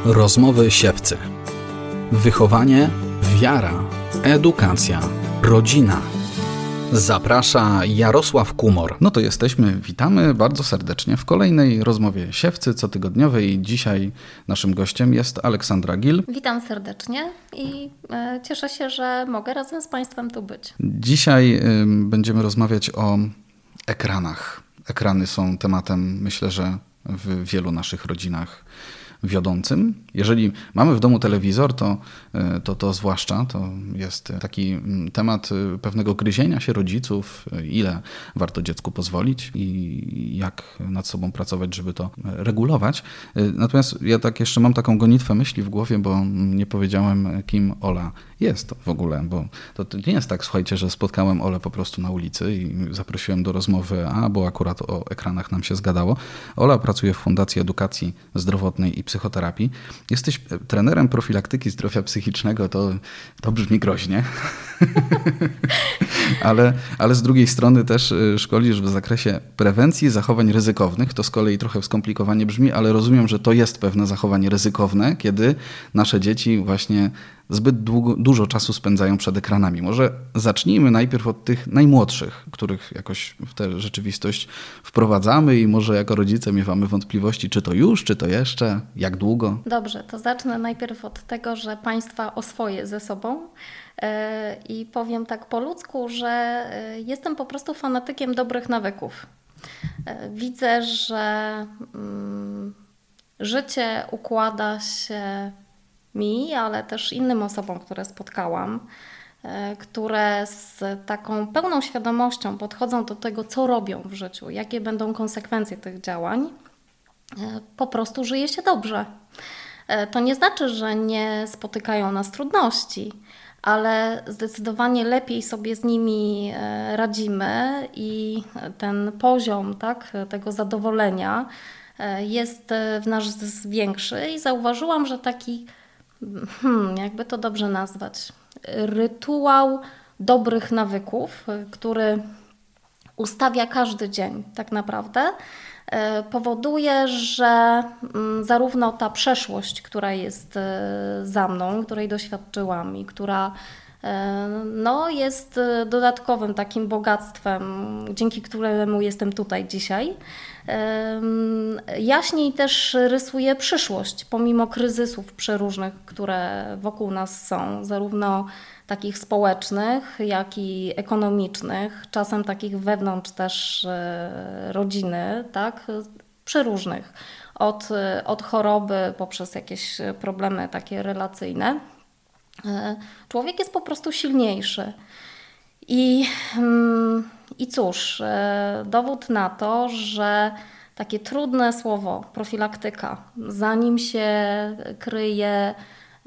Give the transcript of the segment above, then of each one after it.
Rozmowy siewcy. Wychowanie, wiara, edukacja, rodzina. Zaprasza Jarosław Kumor. No to jesteśmy, witamy bardzo serdecznie w kolejnej rozmowie siewcy cotygodniowej. Dzisiaj naszym gościem jest Aleksandra Gil. Witam serdecznie i cieszę się, że mogę razem z Państwem tu być. Dzisiaj będziemy rozmawiać o ekranach. Ekrany są tematem, myślę, że w wielu naszych rodzinach wiodącym. Jeżeli mamy w domu telewizor, to zwłaszcza to jest taki temat pewnego gryzienia się rodziców, ile warto dziecku pozwolić i jak nad sobą pracować, żeby to regulować. Natomiast ja tak jeszcze mam taką gonitwę myśli w głowie, bo nie powiedziałem, kim Ola jest w ogóle, bo to nie jest tak, słuchajcie, że spotkałem Olę po prostu na ulicy i zaprosiłem do rozmowy, bo akurat o ekranach nam się zgadało. Ola pracuje w Fundacji Edukacji Zdrowotnej i Psychoterapii. Jesteś trenerem profilaktyki zdrowia psychicznego, to brzmi groźnie. ale z drugiej strony też szkolisz w zakresie prewencji zachowań ryzykownych. To z kolei trochę skomplikowanie brzmi, ale rozumiem, że to jest pewne zachowanie ryzykowne, kiedy nasze dzieci właśnie zbyt dużo czasu spędzają przed ekranami. Może zacznijmy najpierw od tych najmłodszych, których jakoś w tę rzeczywistość wprowadzamy i może jako rodzice miewamy wątpliwości, czy to już, czy to jeszcze, jak długo? Dobrze, to zacznę najpierw od tego, że Państwa oswoję ze sobą i powiem tak po ludzku, że jestem po prostu fanatykiem dobrych nawyków. Widzę, że życie układa się mi, ale też innym osobom, które spotkałam, które z taką pełną świadomością podchodzą do tego, co robią w życiu, jakie będą konsekwencje tych działań, po prostu żyje się dobrze. To nie znaczy, że nie spotykają nas trudności, ale zdecydowanie lepiej sobie z nimi radzimy i ten poziom tego zadowolenia jest w nas większy i zauważyłam, że taki jakby to dobrze nazwać, rytuał dobrych nawyków, który ustawia każdy dzień tak naprawdę, powoduje, że zarówno ta przeszłość, która jest za mną, której doświadczyłam i która jest dodatkowym takim bogactwem, dzięki któremu jestem tutaj dzisiaj, jaśniej też rysuje przyszłość, pomimo kryzysów przeróżnych, które wokół nas są, zarówno takich społecznych, jak i ekonomicznych, czasem takich wewnątrz też rodziny, przeróżnych, od choroby poprzez jakieś problemy takie relacyjne. Człowiek jest po prostu silniejszy. I cóż, dowód na to, że takie trudne słowo, profilaktyka, za nim się kryje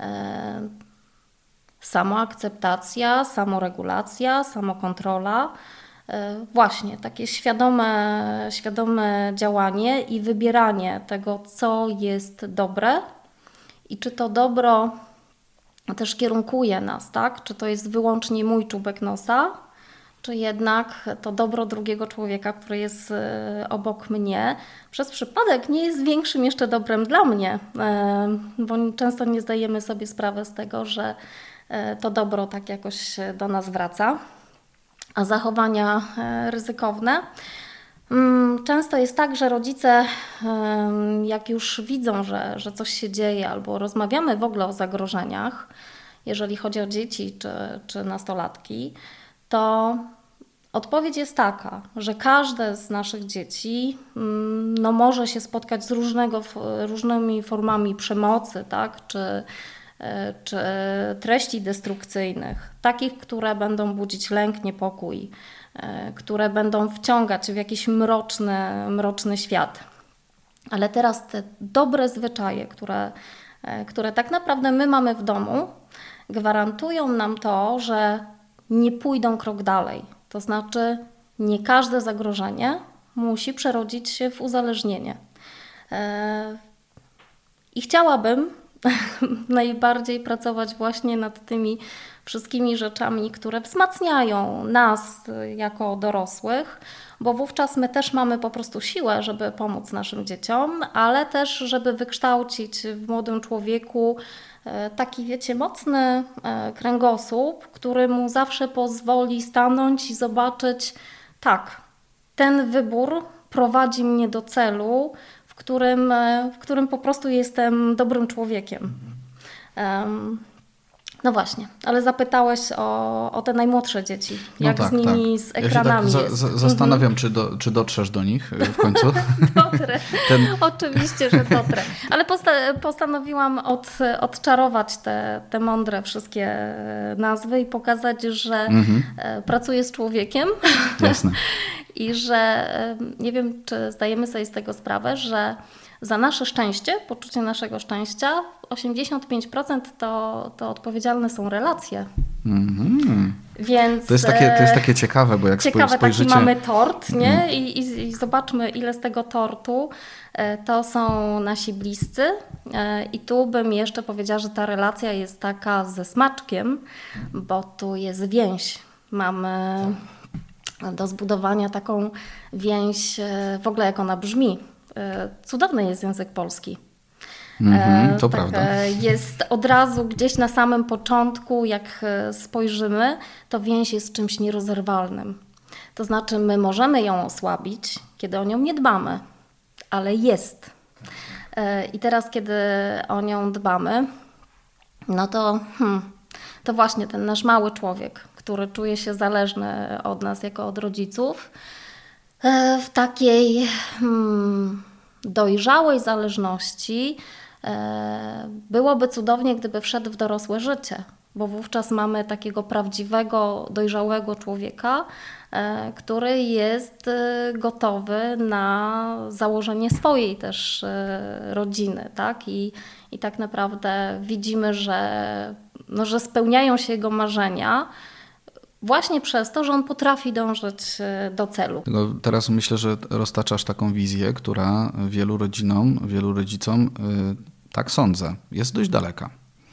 samoakceptacja, samoregulacja, samokontrola, właśnie takie świadome działanie i wybieranie tego, co jest dobre i czy to dobro też kierunkuje nas, tak? Czy to jest wyłącznie mój czubek nosa, czy jednak to dobro drugiego człowieka, który jest obok mnie, przez przypadek nie jest większym jeszcze dobrem dla mnie, bo często nie zdajemy sobie sprawy z tego, że to dobro tak jakoś do nas wraca, a zachowania ryzykowne. Często jest tak, że rodzice, jak już widzą, że coś się dzieje albo rozmawiamy w ogóle o zagrożeniach, jeżeli chodzi o dzieci czy nastolatki, to odpowiedź jest taka, że każde z naszych dzieci może się spotkać z różnymi formami przemocy, czy treści destrukcyjnych, takich, które będą budzić lęk, niepokój, które będą wciągać w jakiś mroczny świat. Ale teraz te dobre zwyczaje, które tak naprawdę my mamy w domu, gwarantują nam to, że nie pójdą krok dalej. To znaczy nie każde zagrożenie musi przerodzić się w uzależnienie. I chciałabym, najbardziej pracować właśnie nad tymi wszystkimi rzeczami, które wzmacniają nas jako dorosłych, bo wówczas my też mamy po prostu siłę, żeby pomóc naszym dzieciom, ale też, żeby wykształcić w młodym człowieku taki, wiecie, mocny kręgosłup, który mu zawsze pozwoli stanąć i zobaczyć, tak, ten wybór prowadzi mnie do celu, w którym po prostu jestem dobrym człowiekiem. No właśnie, ale zapytałeś o te najmłodsze dzieci, jak tak, z nimi, z ekranami ja się zastanawiam, czy dotrzesz do nich w końcu. Dotrę, oczywiście, że dotrę. Ale postanowiłam odczarować te mądre wszystkie nazwy i pokazać, że pracuję z człowiekiem. Jasne. I że nie wiem, czy zdajemy sobie z tego sprawę, że za nasze szczęście, poczucie naszego szczęścia, 85% to odpowiedzialne są relacje. Więc to jest takie ciekawe, bo jak spojrzycie... taki mamy tort, nie? I zobaczmy, ile z tego tortu to są nasi bliscy. I tu bym jeszcze powiedziała, że ta relacja jest taka ze smaczkiem, bo tu jest więź. Mamy do zbudowania taką więź, w ogóle jak ona brzmi. Cudowny jest język polski. To prawda. Jest od razu gdzieś na samym początku, jak spojrzymy, to więź jest czymś nierozerwalnym. To znaczy my możemy ją osłabić, kiedy o nią nie dbamy, ale jest. I teraz, kiedy o nią dbamy, no to właśnie ten nasz mały człowiek, który czuje się zależny od nas jako od rodziców, w takiej dojrzałej zależności byłoby cudownie, gdyby wszedł w dorosłe życie, bo wówczas mamy takiego prawdziwego, dojrzałego człowieka, który jest gotowy na założenie swojej też rodziny, tak? I tak naprawdę widzimy, że spełniają się jego marzenia, właśnie przez to, że on potrafi dążyć do celu. Teraz myślę, że roztaczasz taką wizję, która wielu rodzinom, wielu rodzicom, tak sądzę, jest dość daleka.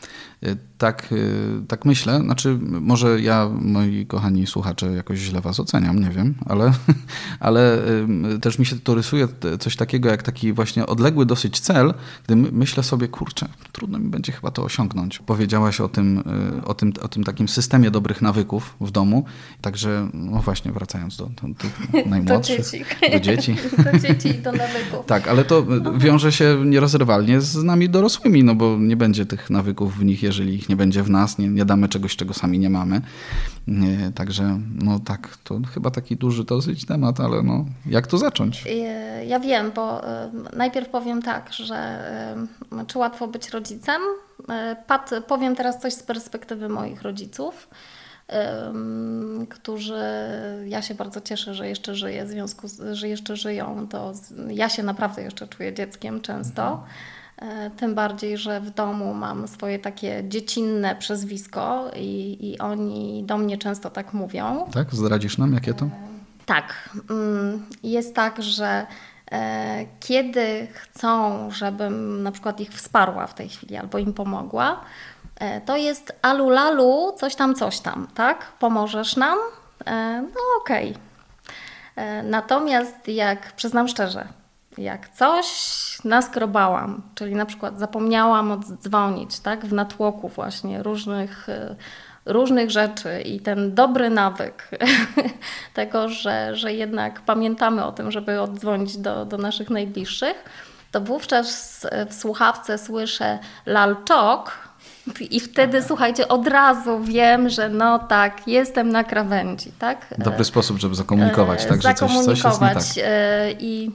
Tak myślę, znaczy może ja, moi kochani słuchacze, jakoś źle was oceniam, nie wiem, ale też mi się to rysuje coś takiego jak taki właśnie odległy dosyć cel, gdy myślę sobie, kurczę, trudno mi będzie chyba to osiągnąć. Powiedziałaś o tym takim systemie dobrych nawyków w domu, także no właśnie wracając do tych najmłodszych. Do dzieci. Do dzieci i do nawyków. Tak, ale to wiąże się nierozerwalnie z nami dorosłymi, no bo nie będzie tych nawyków w nich, jeżeli ich nie będzie w nas, nie damy czegoś, czego sami nie mamy. Także no tak, to chyba taki duży dosyć temat, ale no jak to zacząć? Ja wiem, bo najpierw powiem tak, że czy łatwo być rodzicem? Powiem teraz coś z perspektywy moich rodziców, którzy, ja się bardzo cieszę, że jeszcze żyję, w związku z, że jeszcze żyją, to ja się naprawdę jeszcze czuję dzieckiem często. Tym bardziej, że w domu mam swoje takie dziecinne przezwisko i oni do mnie często tak mówią. Tak? Zdradzisz nam, jakie to? Tak. Jest tak, że kiedy chcą, żebym na przykład ich wsparła w tej chwili albo im pomogła, to jest alu lalu, coś tam, tak? Pomożesz nam? No okej. Natomiast jak, przyznam szczerze, jak coś naskrobałam, czyli na przykład zapomniałam oddzwonić, tak, w natłoku właśnie różnych rzeczy i ten dobry nawyk tego, że jednak pamiętamy o tym, żeby oddzwonić do naszych najbliższych, to wówczas w słuchawce słyszę lalczok i wtedy, słuchajcie, od razu wiem, że no tak, jestem na krawędzi, tak? Dobry sposób, żeby zakomunikować, tak, że coś jest nie tak. I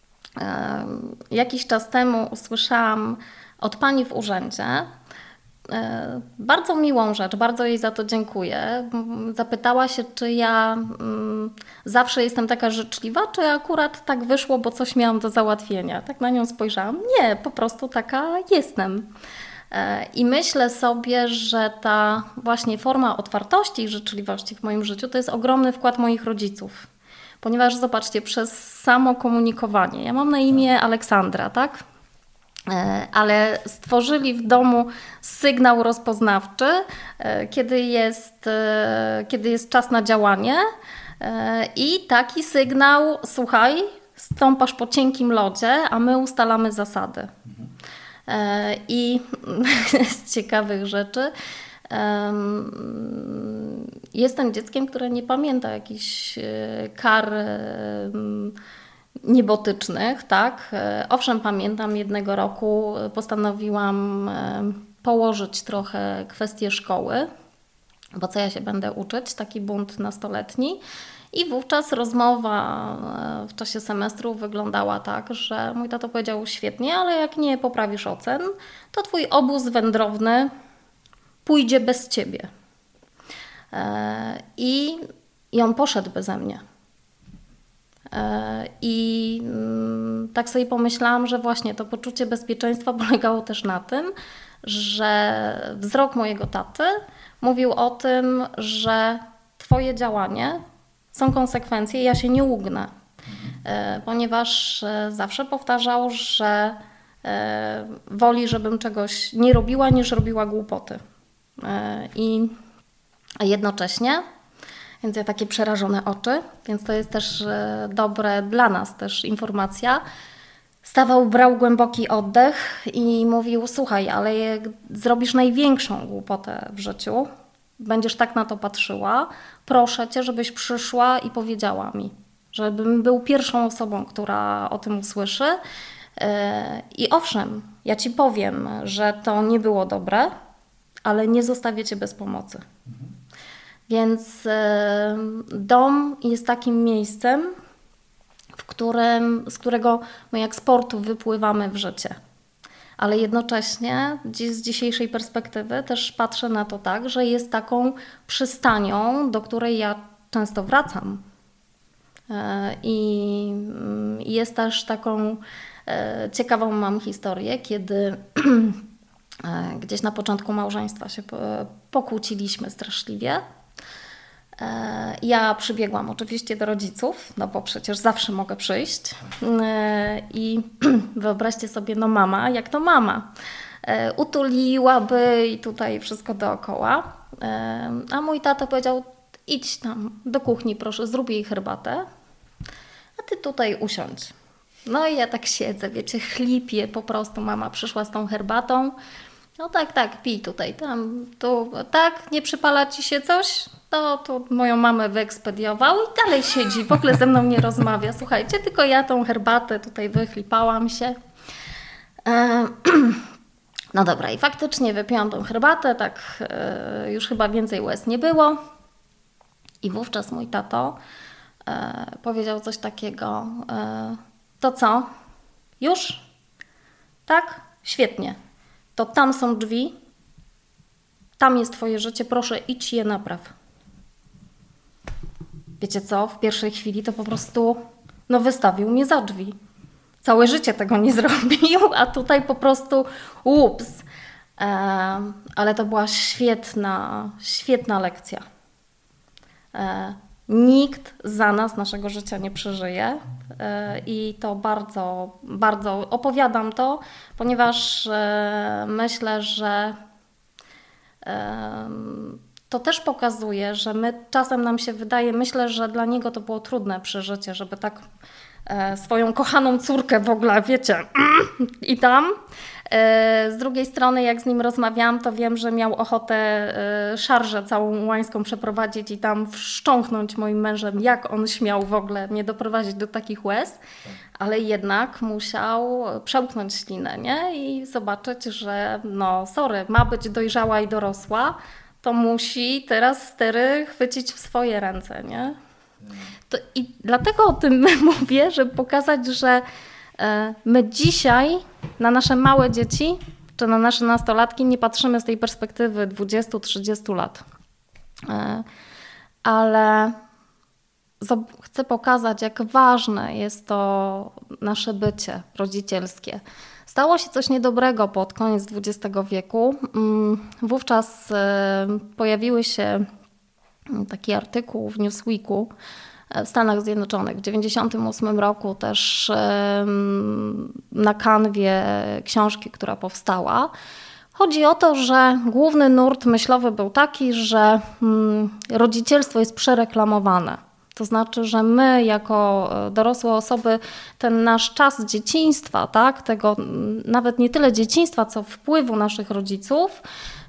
jakiś czas temu usłyszałam od pani w urzędzie bardzo miłą rzecz, bardzo jej za to dziękuję. Zapytała się, czy ja zawsze jestem taka życzliwa, czy akurat tak wyszło, bo coś miałam do załatwienia. Tak na nią spojrzałam. Nie, po prostu taka jestem. I myślę sobie, że ta właśnie forma otwartości i życzliwości w moim życiu to jest ogromny wkład moich rodziców. Ponieważ zobaczcie, przez samo komunikowanie, ja mam na imię Aleksandra, tak? ale stworzyli w domu sygnał rozpoznawczy, kiedy jest czas na działanie i taki sygnał, słuchaj, stąpasz po cienkim lodzie, a my ustalamy zasady. I z ciekawych rzeczy jestem dzieckiem, które nie pamięta jakichś kar niebotycznych, tak? Owszem, pamiętam jednego roku postanowiłam położyć trochę kwestię szkoły, bo co ja się będę uczyć, taki bunt nastoletni. I wówczas rozmowa w czasie semestru wyglądała tak, że mój tato powiedział: świetnie, ale jak nie poprawisz ocen, to twój obóz wędrowny pójdzie bez ciebie. I on poszedł beze mnie. I tak sobie pomyślałam, że właśnie to poczucie bezpieczeństwa polegało też na tym, że wzrok mojego taty mówił o tym, że twoje działanie są konsekwencje i ja się nie ugnę. Ponieważ zawsze powtarzał, że woli, żebym czegoś nie robiła, niż robiła głupoty. I jednocześnie, więc ja takie przerażone oczy, więc to jest też dobre dla nas też informacja. Stawał, brał głęboki oddech i mówił: słuchaj, ale jak zrobisz największą głupotę w życiu, będziesz tak na to patrzyła, proszę cię, żebyś przyszła i powiedziała mi, żebym był pierwszą osobą, która o tym usłyszy. I owszem, ja ci powiem, że to nie było dobre, ale nie zostawię cię bez pomocy. Więc dom jest takim miejscem, z którego my jak sportu wypływamy w życie. Ale jednocześnie z dzisiejszej perspektywy też patrzę na to tak, że jest taką przystanią, do której ja często wracam. I jest też taką ciekawą mam historię, kiedy gdzieś na początku małżeństwa się pokłóciliśmy straszliwie. Ja przybiegłam oczywiście do rodziców, no bo przecież zawsze mogę przyjść. I wyobraźcie sobie, no mama, jak to mama. Utuliłaby i tutaj wszystko dookoła. A mój tato powiedział: idź tam do kuchni, proszę, zrób jej herbatę, a ty tutaj usiądź. No i ja tak siedzę, wiecie, chlipię po prostu. Mama przyszła z tą herbatą. No tak, pij tutaj, tam, tu, tak, nie przypala ci się coś? No to moją mamę wyekspediował i dalej siedzi, w ogóle ze mną nie rozmawia. Słuchajcie, tylko ja tą herbatę tutaj wychlipałam się. No dobra, i faktycznie wypiłam tą herbatę, tak już chyba więcej łez nie było. I wówczas mój tato powiedział coś takiego: to co? Już? Tak? Świetnie. To tam są drzwi, tam jest twoje życie, proszę idź je napraw. Wiecie co? W pierwszej chwili to po prostu wystawił mnie za drzwi. Całe życie tego nie zrobił, a tutaj po prostu ups. Ale to była świetna lekcja. Nikt za nas naszego życia nie przeżyje i to bardzo, bardzo opowiadam to, ponieważ myślę, że to też pokazuje, że czasem nam się wydaje, myślę, że dla niego to było trudne przeżycie, żeby tak swoją kochaną córkę w ogóle, wiecie, i tam. Z drugiej strony, jak z nim rozmawiałam, to wiem, że miał ochotę szarżę całą łańską przeprowadzić i tam wszcząknąć moim mężem, jak on śmiał w ogóle mnie doprowadzić do takich łez, ale jednak musiał przełknąć ślinę, nie? I zobaczyć, że ma być dojrzała i dorosła, to musi teraz stery chwycić w swoje ręce, nie? I dlatego o tym mówię, żeby pokazać, że my dzisiaj na nasze małe dzieci czy na nasze nastolatki nie patrzymy z tej perspektywy 20-30 lat. Ale chcę pokazać, jak ważne jest to nasze bycie rodzicielskie. Stało się coś niedobrego pod koniec XX wieku. Wówczas pojawiły się taki artykuł w Newsweeku w Stanach Zjednoczonych. W 1998 roku też na kanwie książki, która powstała. Chodzi o to, że główny nurt myślowy był taki, że rodzicielstwo jest przereklamowane. To znaczy, że my jako dorosłe osoby ten nasz czas dzieciństwa, tak, tego nawet nie tyle dzieciństwa, co wpływu naszych rodziców,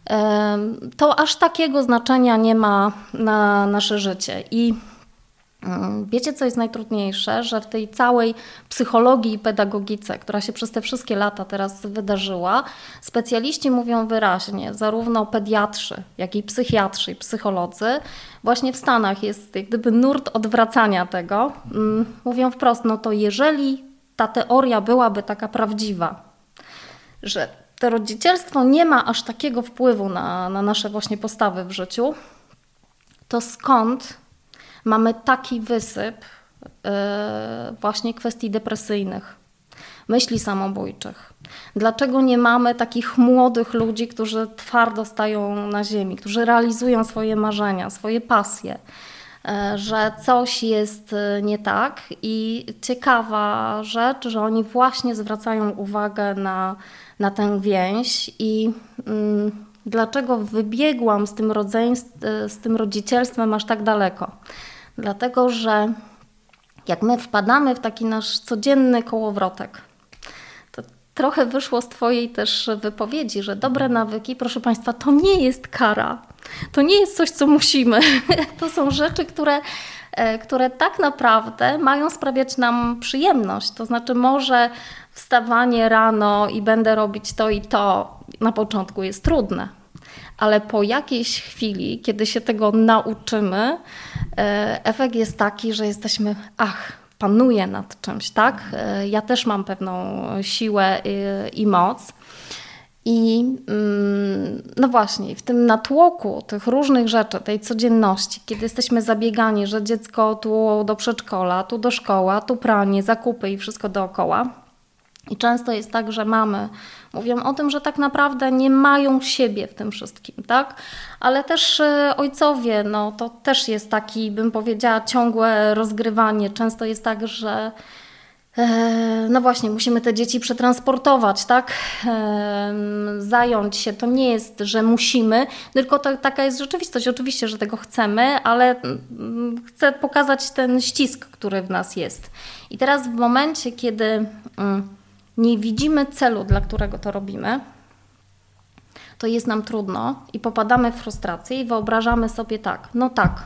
to aż takiego znaczenia nie ma na nasze życie. I wiecie, co jest najtrudniejsze? Że w tej całej psychologii i pedagogice, która się przez te wszystkie lata teraz wydarzyła, specjaliści mówią wyraźnie, zarówno pediatrzy, jak i psychiatrzy i psycholodzy, właśnie w Stanach jest jak gdyby nurt odwracania tego. Mówią wprost, no to jeżeli ta teoria byłaby taka prawdziwa, że to rodzicielstwo nie ma aż takiego wpływu na nasze właśnie postawy w życiu, to skąd mamy taki wysyp właśnie kwestii depresyjnych, myśli samobójczych? Dlaczego nie mamy takich młodych ludzi, którzy twardo stają na ziemi, którzy realizują swoje marzenia, swoje pasje, że coś jest nie tak? I ciekawa rzecz, że oni właśnie zwracają uwagę na tę więź i dlaczego wybiegłam z tym rodzicielstwem aż tak daleko? Dlatego, że jak my wpadamy w taki nasz codzienny kołowrotek, to trochę wyszło z Twojej też wypowiedzi, że dobre nawyki, proszę Państwa, to nie jest kara. To nie jest coś, co musimy. To są rzeczy, które tak naprawdę mają sprawiać nam przyjemność. To znaczy może wstawanie rano i będę robić to i to na początku jest trudne. Ale po jakiejś chwili, kiedy się tego nauczymy, efekt jest taki, że jesteśmy, panuję nad czymś, tak? Ja też mam pewną siłę i moc. I no właśnie, w tym natłoku tych różnych rzeczy, tej codzienności, kiedy jesteśmy zabiegani, że dziecko tu do przedszkola, tu do szkoły, tu pranie, zakupy i wszystko dookoła. I często jest tak, że mamy mówią o tym, że tak naprawdę nie mają siebie w tym wszystkim, tak? Ale też ojcowie, no to też jest taki, bym powiedziała, ciągłe rozgrywanie. Często jest tak, że no właśnie, musimy te dzieci przetransportować, tak? Zająć się. To nie jest, że musimy, tylko taka jest rzeczywistość. Oczywiście, że tego chcemy, ale chcę pokazać ten ścisk, który w nas jest. I teraz w momencie, kiedy nie widzimy celu, dla którego to robimy, to jest nam trudno i popadamy w frustrację i wyobrażamy sobie tak, no tak,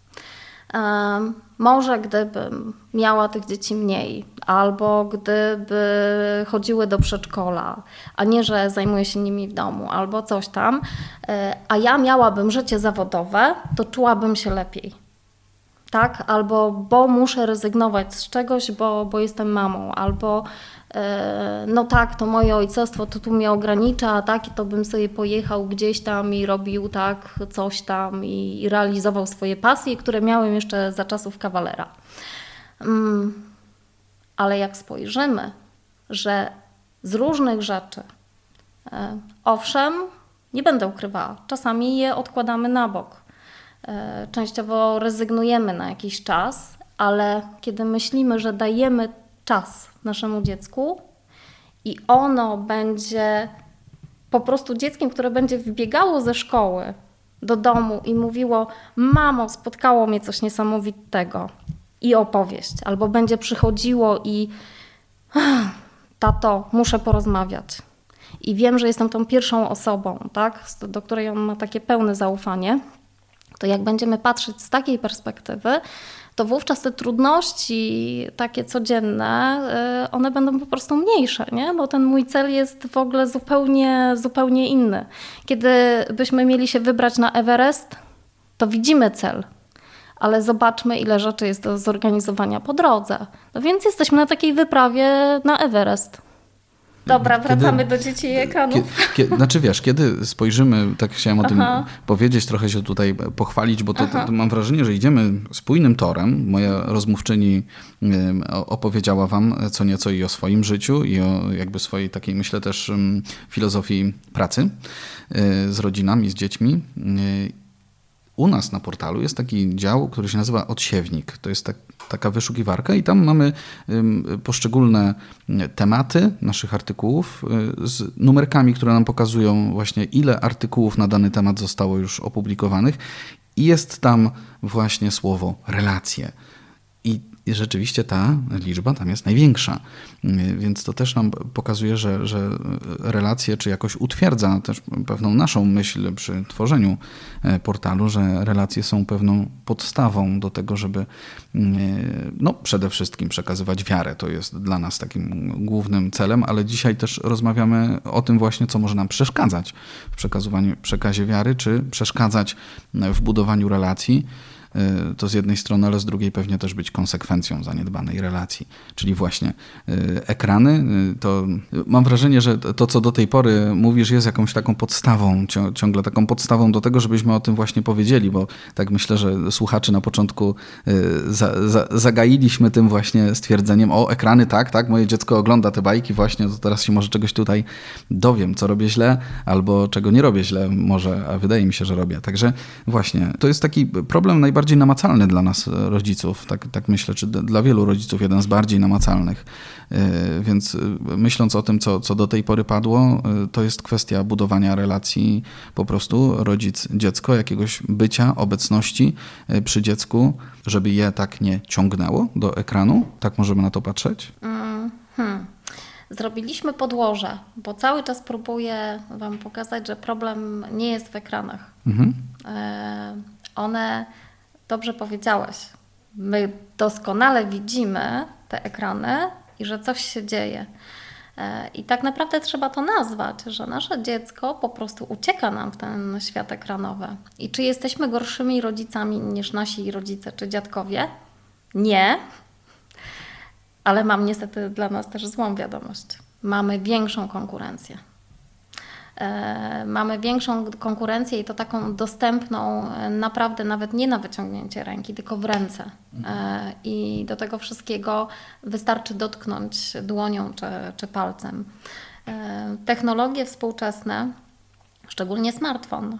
może gdybym miała tych dzieci mniej, albo gdyby chodziły do przedszkola, a nie, że zajmuję się nimi w domu, albo coś tam, a ja miałabym życie zawodowe, to czułabym się lepiej. Tak? Albo bo muszę rezygnować z czegoś, bo jestem mamą, albo no tak, to moje ojcostwo to tu mnie ogranicza, tak, i to bym sobie pojechał gdzieś tam i robił tak, coś tam i realizował swoje pasje, które miałem jeszcze za czasów kawalera. Ale jak spojrzymy, że z różnych rzeczy, owszem, nie będę ukrywała, czasami je odkładamy na bok. Częściowo rezygnujemy na jakiś czas, ale kiedy myślimy, że dajemy czas naszemu dziecku i ono będzie po prostu dzieckiem, które będzie wbiegało ze szkoły do domu i mówiło: mamo, spotkało mnie coś niesamowitego i opowieść, albo będzie przychodziło i tato, muszę porozmawiać. I wiem, że jestem tą pierwszą osobą, tak, do której on ma takie pełne zaufanie. To jak będziemy patrzeć z takiej perspektywy, to wówczas te trudności takie codzienne, one będą po prostu mniejsze, nie? Bo ten mój cel jest w ogóle zupełnie inny. Kiedy byśmy mieli się wybrać na Everest, to widzimy cel, ale zobaczmy, ile rzeczy jest do zorganizowania po drodze. No więc jesteśmy na takiej wyprawie na Everest. Dobra, wracamy do dzieci i ekranów. Znaczy wiesz, kiedy spojrzymy, tak chciałem o tym powiedzieć, trochę się tutaj pochwalić, bo to mam wrażenie, że idziemy spójnym torem. Moja rozmówczyni opowiedziała wam co nieco i o swoim życiu i o jakby swojej takiej, myślę, też filozofii pracy z rodzinami, z dziećmi. u nas na portalu jest taki dział, który się nazywa Odsiewnik. To jest taka wyszukiwarka i tam mamy poszczególne tematy naszych artykułów z numerkami, które nam pokazują właśnie, ile artykułów na dany temat zostało już opublikowanych i jest tam właśnie słowo relacje. I rzeczywiście ta liczba tam jest największa, więc to też nam pokazuje, że relacje, czy jakoś utwierdza też pewną naszą myśl przy tworzeniu portalu, że relacje są pewną podstawą do tego, żeby przede wszystkim przekazywać wiarę. To jest dla nas takim głównym celem, ale dzisiaj też rozmawiamy o tym właśnie, co może nam przeszkadzać w przekazie wiary, czy przeszkadzać w budowaniu relacji. To z jednej strony, ale z drugiej pewnie też być konsekwencją zaniedbanej relacji. Czyli właśnie ekrany, to mam wrażenie, że to, co do tej pory mówisz, jest jakąś taką podstawą, ciągle taką podstawą do tego, żebyśmy o tym właśnie powiedzieli, bo tak myślę, że słuchaczy na początku zagailiśmy tym właśnie stwierdzeniem, ekrany, tak, moje dziecko ogląda te bajki właśnie, to teraz się może czegoś tutaj dowiem, co robię źle, albo czego nie robię źle może, a wydaje mi się, że robię. Także właśnie, to jest taki problem najbardziej namacalny dla nas rodziców, tak myślę, czy dla wielu rodziców jeden z bardziej namacalnych. Więc myśląc o tym, co do tej pory padło, to jest kwestia budowania relacji po prostu rodzic-dziecko, jakiegoś bycia, obecności przy dziecku, żeby je tak nie ciągnęło do ekranu. Tak możemy na to patrzeć? Zrobiliśmy podłoże, bo cały czas próbuję Wam pokazać, że problem nie jest w ekranach. One, dobrze powiedziałeś, my doskonale widzimy te ekrany i że coś się dzieje. I tak naprawdę trzeba to nazwać, że nasze dziecko po prostu ucieka nam w ten świat ekranowy. I czy jesteśmy gorszymi rodzicami niż nasi rodzice czy dziadkowie? Nie. Ale mam niestety dla nas też złą wiadomość. Mamy większą konkurencję. Mamy większą konkurencję i to taką dostępną naprawdę nawet nie na wyciągnięcie ręki, tylko w ręce. I do tego wszystkiego wystarczy dotknąć dłonią czy palcem. Technologie współczesne, szczególnie smartfon,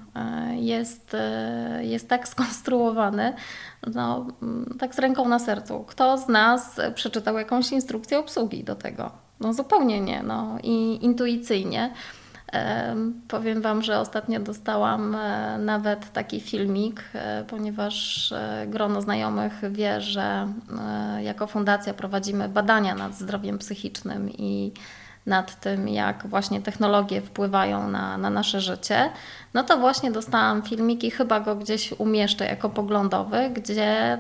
jest tak skonstruowany, tak z ręką na sercu. Kto z nas przeczytał jakąś instrukcję obsługi do tego? Zupełnie nie. I intuicyjnie. Powiem Wam, że ostatnio dostałam nawet taki filmik, ponieważ grono znajomych wie, że jako fundacja prowadzimy badania nad zdrowiem psychicznym i nad tym, jak właśnie technologie wpływają na nasze życie. To właśnie dostałam filmik i chyba go gdzieś umieszczę jako poglądowy, gdzie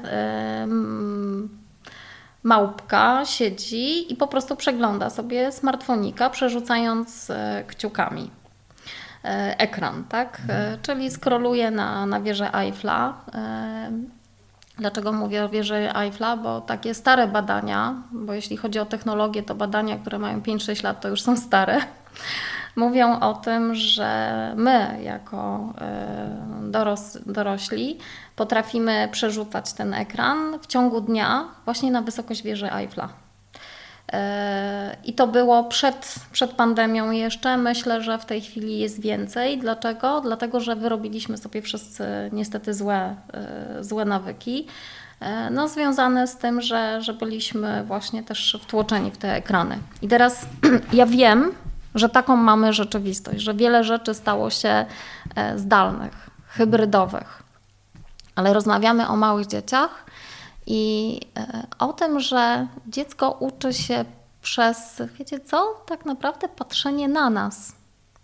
małpka siedzi i po prostu przegląda sobie smartfonika, przerzucając kciukami ekran, tak? Czyli scrolluje na wieżę Eiffla. Dlaczego mówię o wieży Eiffla? Bo takie stare badania, bo jeśli chodzi o technologię, to badania, które mają 5-6 lat, to już są stare, mówią o tym, że my jako dorośli potrafimy przerzucać ten ekran w ciągu dnia właśnie na wysokość wieży Eiffla. I to było przed pandemią jeszcze. Myślę, że w tej chwili jest więcej. Dlaczego? Dlatego, że wyrobiliśmy sobie wszyscy niestety złe nawyki, związane z tym, że byliśmy właśnie też wtłoczeni w te ekrany. I teraz ja wiem, że taką mamy rzeczywistość, że wiele rzeczy stało się zdalnych, hybrydowych, ale rozmawiamy o małych dzieciach i o tym, że dziecko uczy się przez, wiecie co, tak naprawdę patrzenie na nas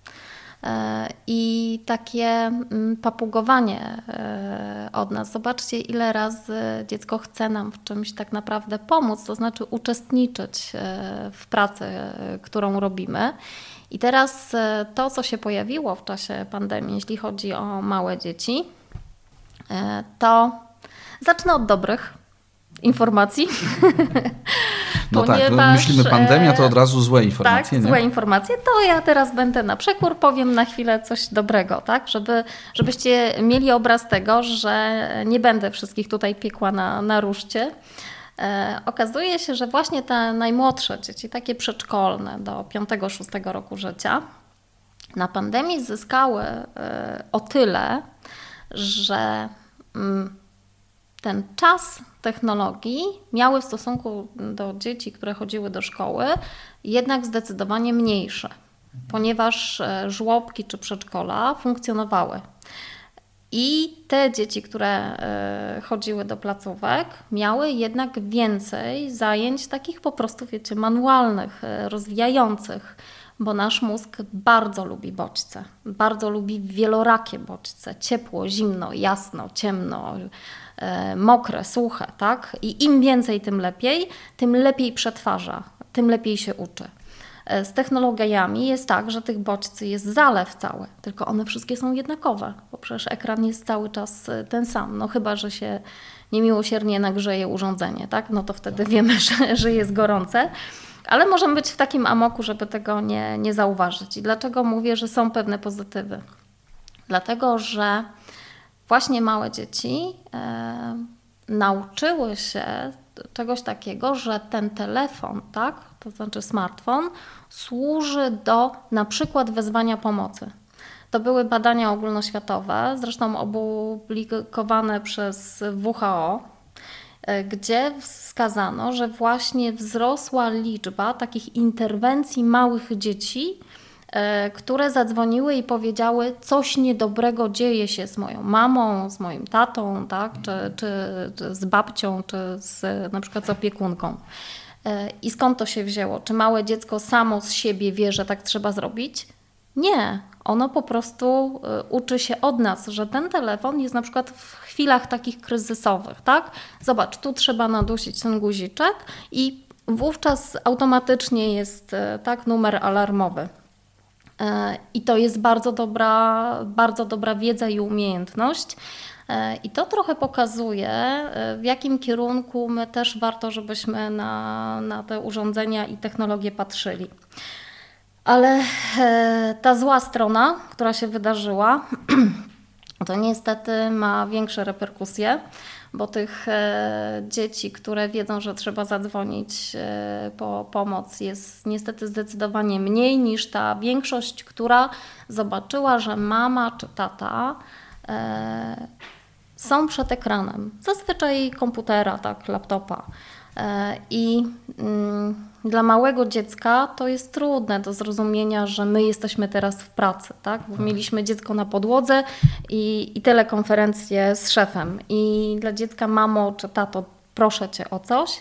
i takie papugowanie od nas. Zobaczcie, ile razy dziecko chce nam w czymś tak naprawdę pomóc, to znaczy uczestniczyć w pracy, którą robimy. I teraz to, co się pojawiło w czasie pandemii, jeśli chodzi o małe dzieci, to zacznę od dobrych informacji. Ponieważ, myślimy pandemia, to od razu złe informacje. Tak, nie? Złe informacje. To ja teraz będę na przekór, powiem na chwilę coś dobrego, tak? Żebyście mieli obraz tego, że nie będę wszystkich tutaj piekła na ruszcie. Okazuje się, że właśnie te najmłodsze dzieci, takie przedszkolne do 5-6 roku życia, na pandemii zyskały o tyle, że ten czas technologii miały w stosunku do dzieci, które chodziły do szkoły, jednak zdecydowanie mniejsze, ponieważ żłobki czy przedszkola funkcjonowały. I te dzieci, które chodziły do placówek, miały jednak więcej zajęć takich po prostu, wiecie, manualnych, rozwijających, bo nasz mózg bardzo lubi bodźce, bardzo lubi wielorakie bodźce, ciepło, zimno, jasno, ciemno, mokre, suche, tak? I im więcej, tym lepiej przetwarza, tym lepiej się uczy. Z technologiami jest tak, że tych bodźców jest zalew cały, tylko one wszystkie są jednakowe, bo przecież ekran jest cały czas ten sam, no chyba, że się niemiłosiernie nagrzeje urządzenie, tak? No to wtedy wiemy, że jest gorące, ale możemy być w takim amoku, żeby tego nie zauważyć. I dlaczego mówię, że są pewne pozytywy? Dlatego, że właśnie małe dzieci nauczyły się czegoś takiego, że ten telefon, tak, to znaczy smartfon, służy do na przykład wezwania pomocy. To były badania ogólnoświatowe, zresztą opublikowane przez WHO, gdzie wskazano, że właśnie wzrosła liczba takich interwencji małych dzieci, które zadzwoniły i powiedziały, coś niedobrego dzieje się z moją mamą, z moim tatą, tak? czy z babcią, czy na przykład z opiekunką. I skąd to się wzięło? Czy małe dziecko samo z siebie wie, że tak trzeba zrobić? Nie. Ono po prostu uczy się od nas, że ten telefon jest na przykład w chwilach takich kryzysowych, tak? Zobacz, tu trzeba nadusić ten guziczek i wówczas automatycznie jest tak numer alarmowy. I to jest bardzo dobra wiedza i umiejętność. I to trochę pokazuje, w jakim kierunku my też warto, żebyśmy na te urządzenia i technologie patrzyli. Ale ta zła strona, która się wydarzyła, to niestety ma większe reperkusje, bo tych dzieci, które wiedzą, że trzeba zadzwonić po pomoc, jest niestety zdecydowanie mniej niż ta większość, która zobaczyła, że mama czy tata są przed ekranem, zazwyczaj komputera, tak, laptopa. I dla małego dziecka to jest trudne do zrozumienia, że my jesteśmy teraz w pracy, tak? Bo mieliśmy dziecko na podłodze i telekonferencję z szefem. I dla dziecka, mamo czy tato, proszę cię o coś.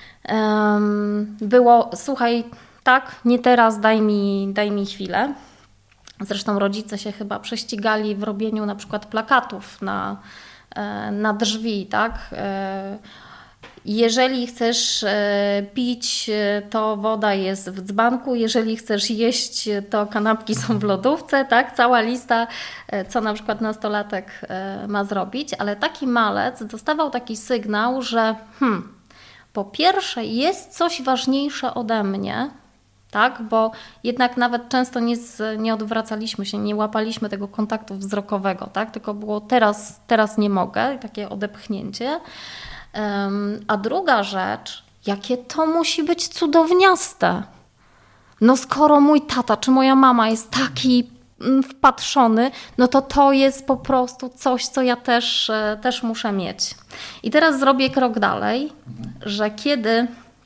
Było, słuchaj, tak, nie teraz, daj mi chwilę. Zresztą rodzice się chyba prześcigali w robieniu na przykład plakatów na drzwi, tak? Jeżeli chcesz pić, to woda jest w dzbanku, jeżeli chcesz jeść, to kanapki są w lodówce, tak? Cała lista, co na przykład nastolatek ma zrobić, ale taki malec dostawał taki sygnał, że po pierwsze jest coś ważniejsze ode mnie, tak? Bo jednak nawet często nie odwracaliśmy się, nie łapaliśmy tego kontaktu wzrokowego, tak? Tylko było teraz nie mogę, takie odepchnięcie. A druga rzecz, jakie to musi być cudowniaste. No skoro mój tata czy moja mama jest taki wpatrzony, no to jest po prostu coś, co ja też muszę mieć. I teraz zrobię krok dalej, że kiedy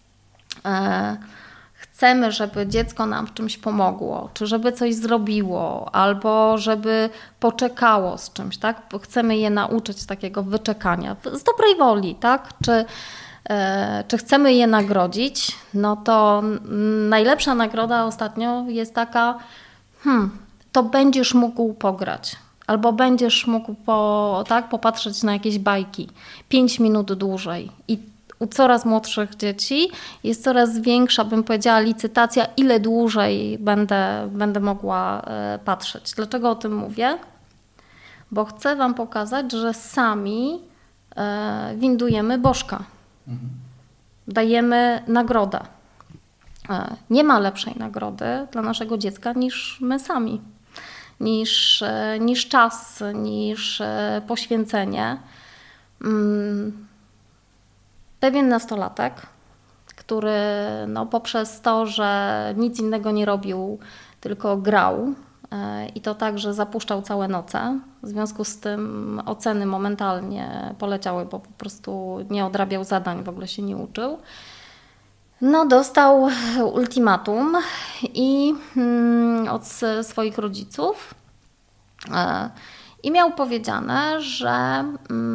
chcemy, żeby dziecko nam w czymś pomogło, czy żeby coś zrobiło, albo żeby poczekało z czymś, tak? Bo chcemy je nauczyć takiego wyczekania z dobrej woli, tak? Czy chcemy je nagrodzić, no to najlepsza nagroda ostatnio jest taka, to będziesz mógł pograć. Albo będziesz mógł popatrzeć na jakieś bajki 5 minut dłużej. I u coraz młodszych dzieci jest coraz większa, bym powiedziała, licytacja, ile dłużej będę mogła patrzeć. Dlaczego o tym mówię? Bo chcę Wam pokazać, że sami windujemy bożka. Dajemy nagrodę. Nie ma lepszej nagrody dla naszego dziecka niż my sami. Niż czas, niż poświęcenie. Pewien nastolatek, który poprzez to, że nic innego nie robił, tylko grał, i to tak, że zapuszczał całe noce. W związku z tym oceny momentalnie poleciały, bo po prostu nie odrabiał zadań, w ogóle się nie uczył. No, dostał ultimatum i od swoich rodziców i miał powiedziane, że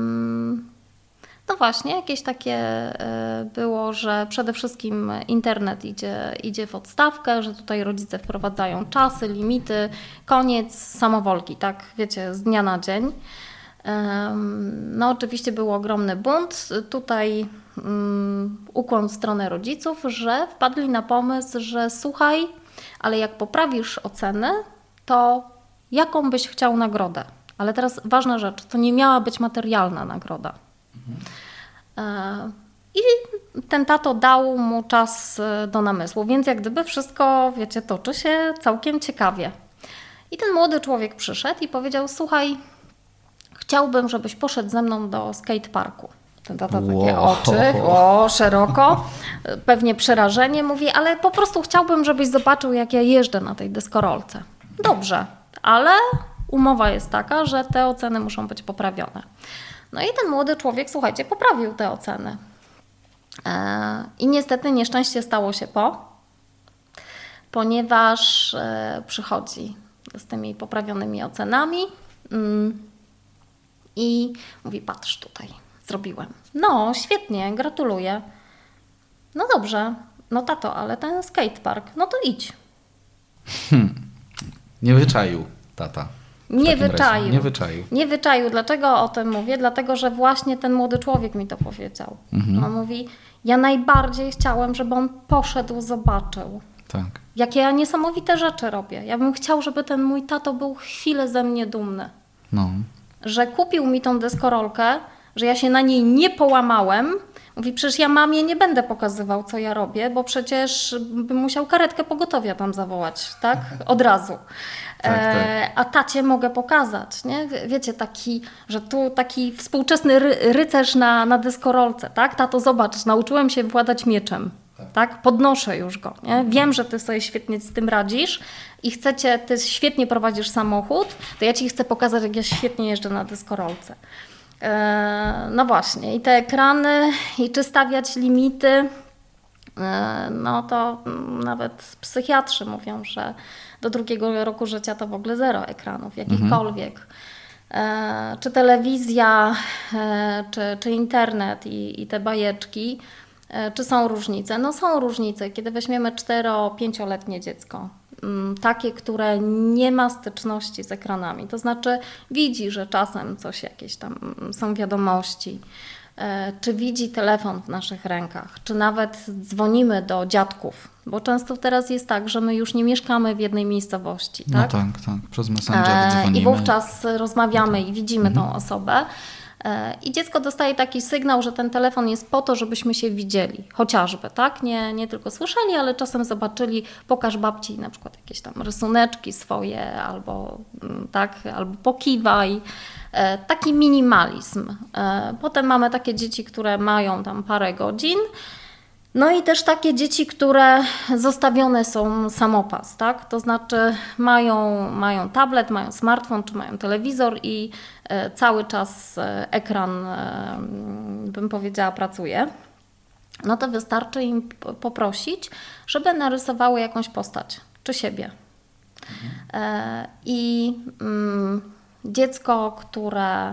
no właśnie, jakieś takie było, że przede wszystkim internet idzie w odstawkę, że tutaj rodzice wprowadzają czasy, limity, koniec, samowolki, tak wiecie, z dnia na dzień. No oczywiście był ogromny bunt. Tutaj ukłon w stronę rodziców, że wpadli na pomysł, że słuchaj, ale jak poprawisz oceny, to jaką byś chciał nagrodę? Ale teraz ważna rzecz, to nie miała być materialna nagroda. I ten tato dał mu czas do namysłu, więc jak gdyby wszystko, wiecie, toczy się całkiem ciekawie. I ten młody człowiek przyszedł i powiedział, słuchaj, chciałbym, żebyś poszedł ze mną do skateparku. Ten tata takie oczy, szeroko, pewnie przerażenie, mówi, ale po prostu chciałbym, żebyś zobaczył, jak ja jeżdżę na tej deskorolce. Dobrze, ale umowa jest taka, że te oceny muszą być poprawione. No i ten młody człowiek, słuchajcie, poprawił te oceny. I niestety nieszczęście stało się ponieważ przychodzi z tymi poprawionymi ocenami i mówi, patrz tutaj, zrobiłem. No, świetnie, gratuluję. No dobrze, no tato, ale ten skatepark, no to idź. Nie wyczaił tata. Nie wyczaił. Dlaczego o tym mówię? Dlatego, że właśnie ten młody człowiek mi to powiedział. On mówi, ja najbardziej chciałem, żeby on poszedł, zobaczył. Tak. Jakie ja niesamowite rzeczy robię. Ja bym chciał, żeby ten mój tato był chwilę ze mnie dumny. No. Że kupił mi tą deskorolkę, że ja się na niej nie połamałem. Mówi, przecież ja mamie nie będę pokazywał, co ja robię, bo przecież bym musiał karetkę pogotowia tam zawołać, tak? Od razu. Tak. A tacie mogę pokazać, nie? Wiecie, że tu taki współczesny rycerz na deskorolce, tak? Tato, zobacz, nauczyłem się władać mieczem, tak? Podnoszę już go, nie? Wiem, że ty sobie świetnie z tym radzisz i ty świetnie prowadzisz samochód, to ja ci chcę pokazać, jak ja świetnie jeżdżę na deskorolce. No właśnie, i te ekrany, i czy stawiać limity, no to nawet psychiatrzy mówią, że do 2 roku życia to w ogóle 0 ekranów, jakichkolwiek. Czy telewizja, czy internet i te bajeczki, czy są różnice? No są różnice, kiedy weźmiemy 4-5-letnie dziecko. Takie, które nie ma styczności z ekranami. To znaczy widzi, że czasem coś jakieś tam są wiadomości, czy widzi telefon w naszych rękach, czy nawet dzwonimy do dziadków, bo często teraz jest tak, że my już nie mieszkamy w jednej miejscowości. Tak? No tak, przez Messenger dzwonimy. I wówczas rozmawiamy i widzimy tą osobę. I dziecko dostaje taki sygnał, że ten telefon jest po to, żebyśmy się widzieli, chociażby, tak? Nie tylko słyszeli, ale czasem zobaczyli, pokaż babci na przykład jakieś tam rysuneczki swoje, albo pokiwaj. Taki minimalizm. Potem mamy takie dzieci, które mają tam parę godzin. No i też takie dzieci, które zostawione są samopas, tak? To znaczy mają tablet, mają smartfon, czy mają telewizor i cały czas ekran, bym powiedziała, pracuje. No to wystarczy im poprosić, żeby narysowały jakąś postać, czy siebie. I dziecko, które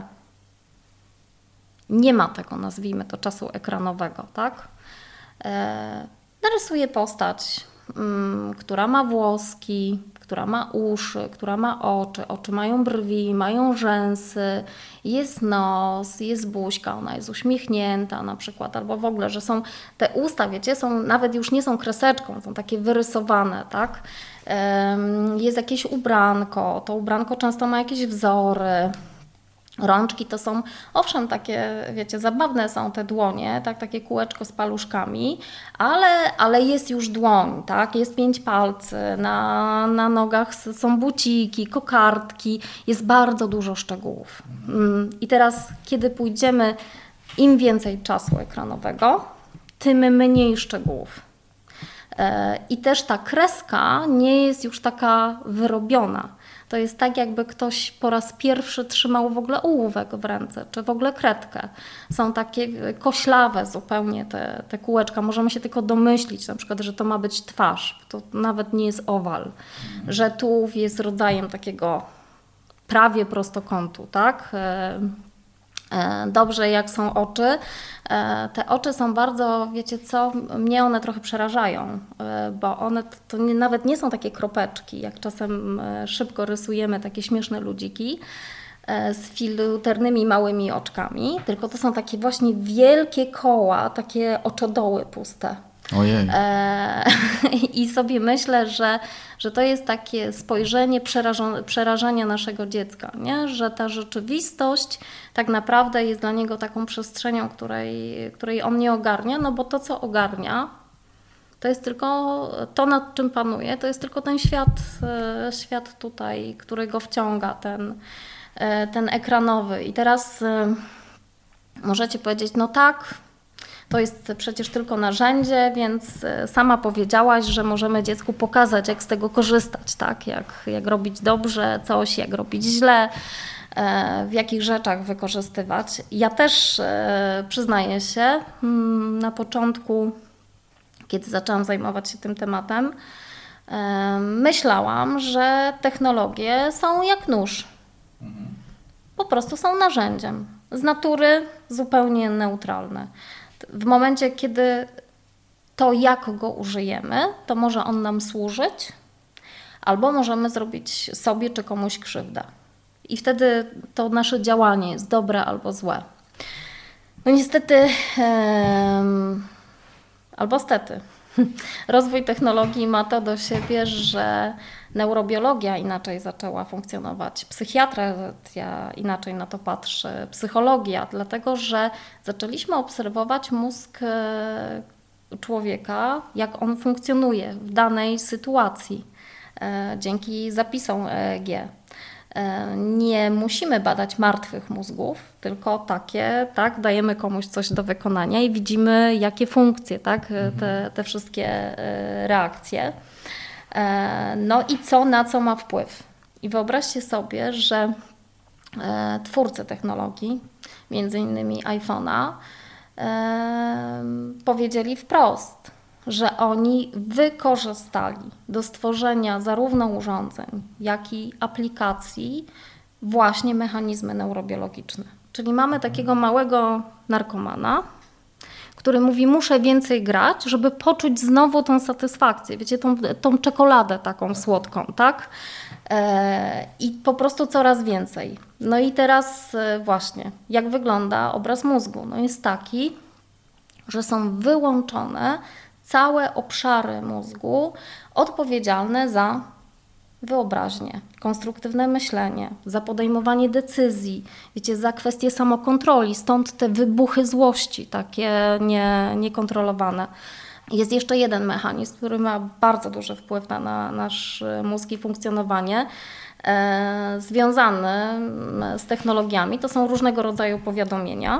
nie ma tego, nazwijmy to, czasu ekranowego, tak? Narysuje postać, która ma włoski, która ma uszy, która ma oczy mają brwi, mają rzęsy, jest nos, jest buźka, ona jest uśmiechnięta na przykład, albo w ogóle, że są te usta, wiecie, nawet już nie są kreseczką, są takie wyrysowane, tak? Jest jakieś ubranko, to ubranko często ma jakieś wzory. Rączki to są, owszem, takie, wiecie, zabawne są te dłonie, tak, takie kółeczko z paluszkami, ale jest już dłoń, tak, jest 5 palcy, na nogach są buciki, kokardki, jest bardzo dużo szczegółów. I teraz, kiedy pójdziemy, im więcej czasu ekranowego, tym mniej szczegółów. I też ta kreska nie jest już taka wyrobiona. To jest tak, jakby ktoś po raz pierwszy trzymał w ogóle ołówek w ręce, czy w ogóle kredkę. Są takie koślawe zupełnie te kółeczka. Możemy się tylko domyślić, na przykład, że to ma być twarz. To nawet nie jest owal. Że tułów jest rodzajem takiego prawie prostokątu, tak? Dobrze, jak są oczy. Te oczy są bardzo, wiecie co, mnie one trochę przerażają, bo one to nawet nie są takie kropeczki, jak czasem szybko rysujemy takie śmieszne ludziki z filuternymi małymi oczkami, tylko to są takie właśnie wielkie koła, takie oczodoły puste. Ojej. I sobie myślę, że to jest takie spojrzenie przerażenia naszego dziecka, nie? Że ta rzeczywistość tak naprawdę jest dla niego taką przestrzenią, której on nie ogarnia, no bo to, co ogarnia, to jest tylko to, nad czym panuje, to jest tylko ten świat tutaj, który go wciąga, ten ekranowy. I teraz możecie powiedzieć, no tak, to jest przecież tylko narzędzie, więc sama powiedziałaś, że możemy dziecku pokazać, jak z tego korzystać, tak? Jak robić dobrze coś, jak robić źle, w jakich rzeczach wykorzystywać. Ja też przyznaję się, na początku, kiedy zaczęłam zajmować się tym tematem, myślałam, że technologie są jak nóż. Po prostu są narzędziem. Z natury zupełnie neutralne. W momencie, kiedy to, jak go użyjemy, to może on nam służyć, albo możemy zrobić sobie czy komuś krzywdę. I wtedy to nasze działanie jest dobre albo złe. No niestety, albo stety, rozwój technologii ma to do siebie, że neurobiologia inaczej zaczęła funkcjonować, psychiatria inaczej na to patrzy, psychologia, dlatego że zaczęliśmy obserwować mózg człowieka, jak on funkcjonuje w danej sytuacji dzięki zapisom EEG. Nie musimy badać martwych mózgów, tylko takie, tak, dajemy komuś coś do wykonania i widzimy, jakie funkcje, tak, te wszystkie reakcje. No i na co ma wpływ. I wyobraźcie sobie, że twórcy technologii, między innymi iPhone'a, powiedzieli wprost, że oni wykorzystali do stworzenia zarówno urządzeń, jak i aplikacji właśnie mechanizmy neurobiologiczne. Czyli mamy takiego małego narkomana, który mówi, muszę więcej grać, żeby poczuć znowu tą satysfakcję, wiecie, tą czekoladę taką słodką, tak? I po prostu coraz więcej. No i teraz właśnie, jak wygląda obraz mózgu? No jest taki, że są wyłączone całe obszary mózgu odpowiedzialne za wyobraźnię, konstruktywne myślenie, za podejmowanie decyzji, wiecie, za kwestie samokontroli, stąd te wybuchy złości, takie niekontrolowane. Jest jeszcze jeden mechanizm, który ma bardzo duży wpływ na nasz mózg i funkcjonowanie, związany z technologiami. To są różnego rodzaju powiadomienia.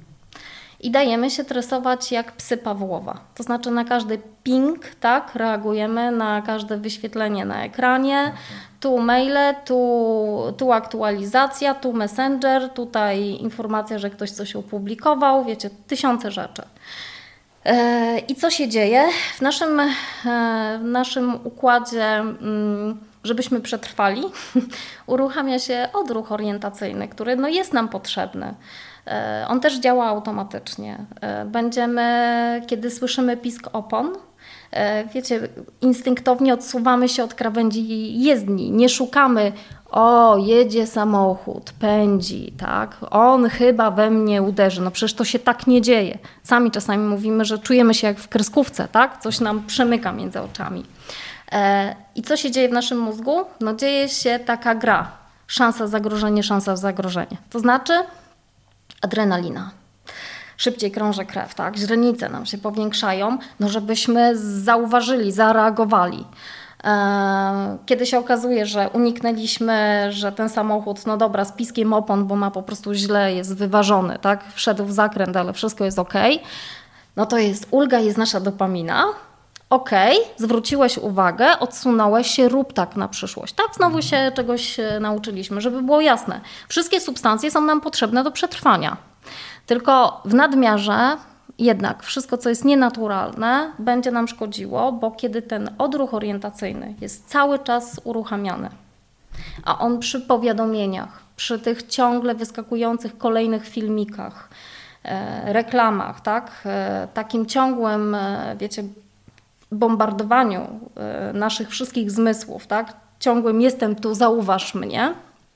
I dajemy się tresować jak psy Pawłowa. To znaczy na każdy ping, tak, reagujemy, na każde wyświetlenie na ekranie. Tu maile, tu aktualizacja, tu messenger, tutaj informacja, że ktoś coś opublikował, wiecie, tysiące rzeczy. I co się dzieje? W naszym układzie, żebyśmy przetrwali, uruchamia się odruch orientacyjny, który no jest nam potrzebny. On też działa automatycznie. Będziemy, kiedy słyszymy pisk opon, wiecie, instynktownie odsuwamy się od krawędzi jezdni. Nie szukamy, o, jedzie samochód, pędzi, tak? On chyba we mnie uderzy. No przecież to się tak nie dzieje. Sami czasami mówimy, że czujemy się jak w kreskówce, tak? Coś nam przemyka między oczami. I co się dzieje w naszym mózgu? No dzieje się taka gra. Szansa zagrożenie. To znaczy adrenalina. Szybciej krąży krew, tak? Źrenice nam się powiększają, no żebyśmy zauważyli, zareagowali. Kiedy się okazuje, że uniknęliśmy, że ten samochód, no dobra, z piskiem opon, bo ma po prostu źle, jest wyważony, tak? Wszedł w zakręt, ale wszystko jest okej. No to jest ulga, jest nasza dopamina, okej, zwróciłeś uwagę, odsunąłeś się, rób tak na przyszłość. Tak, znowu się czegoś nauczyliśmy, żeby było jasne. Wszystkie substancje są nam potrzebne do przetrwania. Tylko w nadmiarze jednak wszystko, co jest nienaturalne, będzie nam szkodziło, bo kiedy ten odruch orientacyjny jest cały czas uruchamiany, a on przy powiadomieniach, przy tych ciągle wyskakujących kolejnych filmikach, reklamach, tak, takim ciągłym, wiecie, bombardowaniu naszych wszystkich zmysłów, tak, ciągłym jestem tu, zauważ mnie,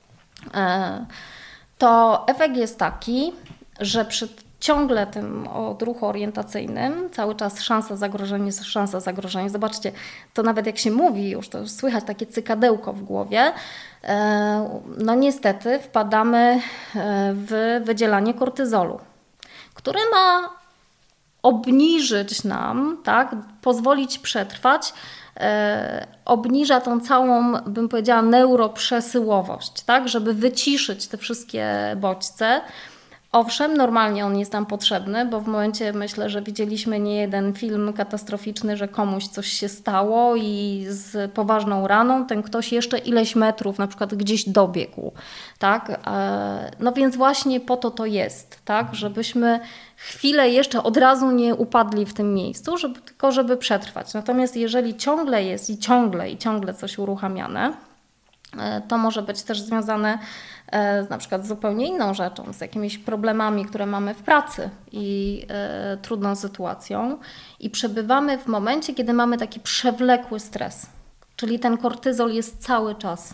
to efekt jest taki, że przy ciągle tym odruchu orientacyjnym, cały czas szansa zagrożenia. Zobaczcie, to nawet jak się mówi już, to już słychać takie cykadełko w głowie. No niestety wpadamy w wydzielanie kortyzolu, które ma obniżyć nam, tak, pozwolić przetrwać, obniża tą całą, bym powiedziała, neuroprzesyłowość, tak, żeby wyciszyć te wszystkie bodźce. Owszem, normalnie on jest nam potrzebny, bo w momencie, myślę, że widzieliśmy nie jeden film katastroficzny, że komuś coś się stało i z poważną raną ten ktoś jeszcze ileś metrów na przykład gdzieś dobiegł. Tak? No więc właśnie po to jest, tak? Żebyśmy chwilę jeszcze od razu nie upadli w tym miejscu, tylko żeby przetrwać. Natomiast jeżeli ciągle jest i ciągle coś uruchamiane, to może być też związane na przykład z zupełnie inną rzeczą, z jakimiś problemami, które mamy w pracy i trudną sytuacją. I przebywamy w momencie, kiedy mamy taki przewlekły stres, czyli ten kortyzol jest cały czas.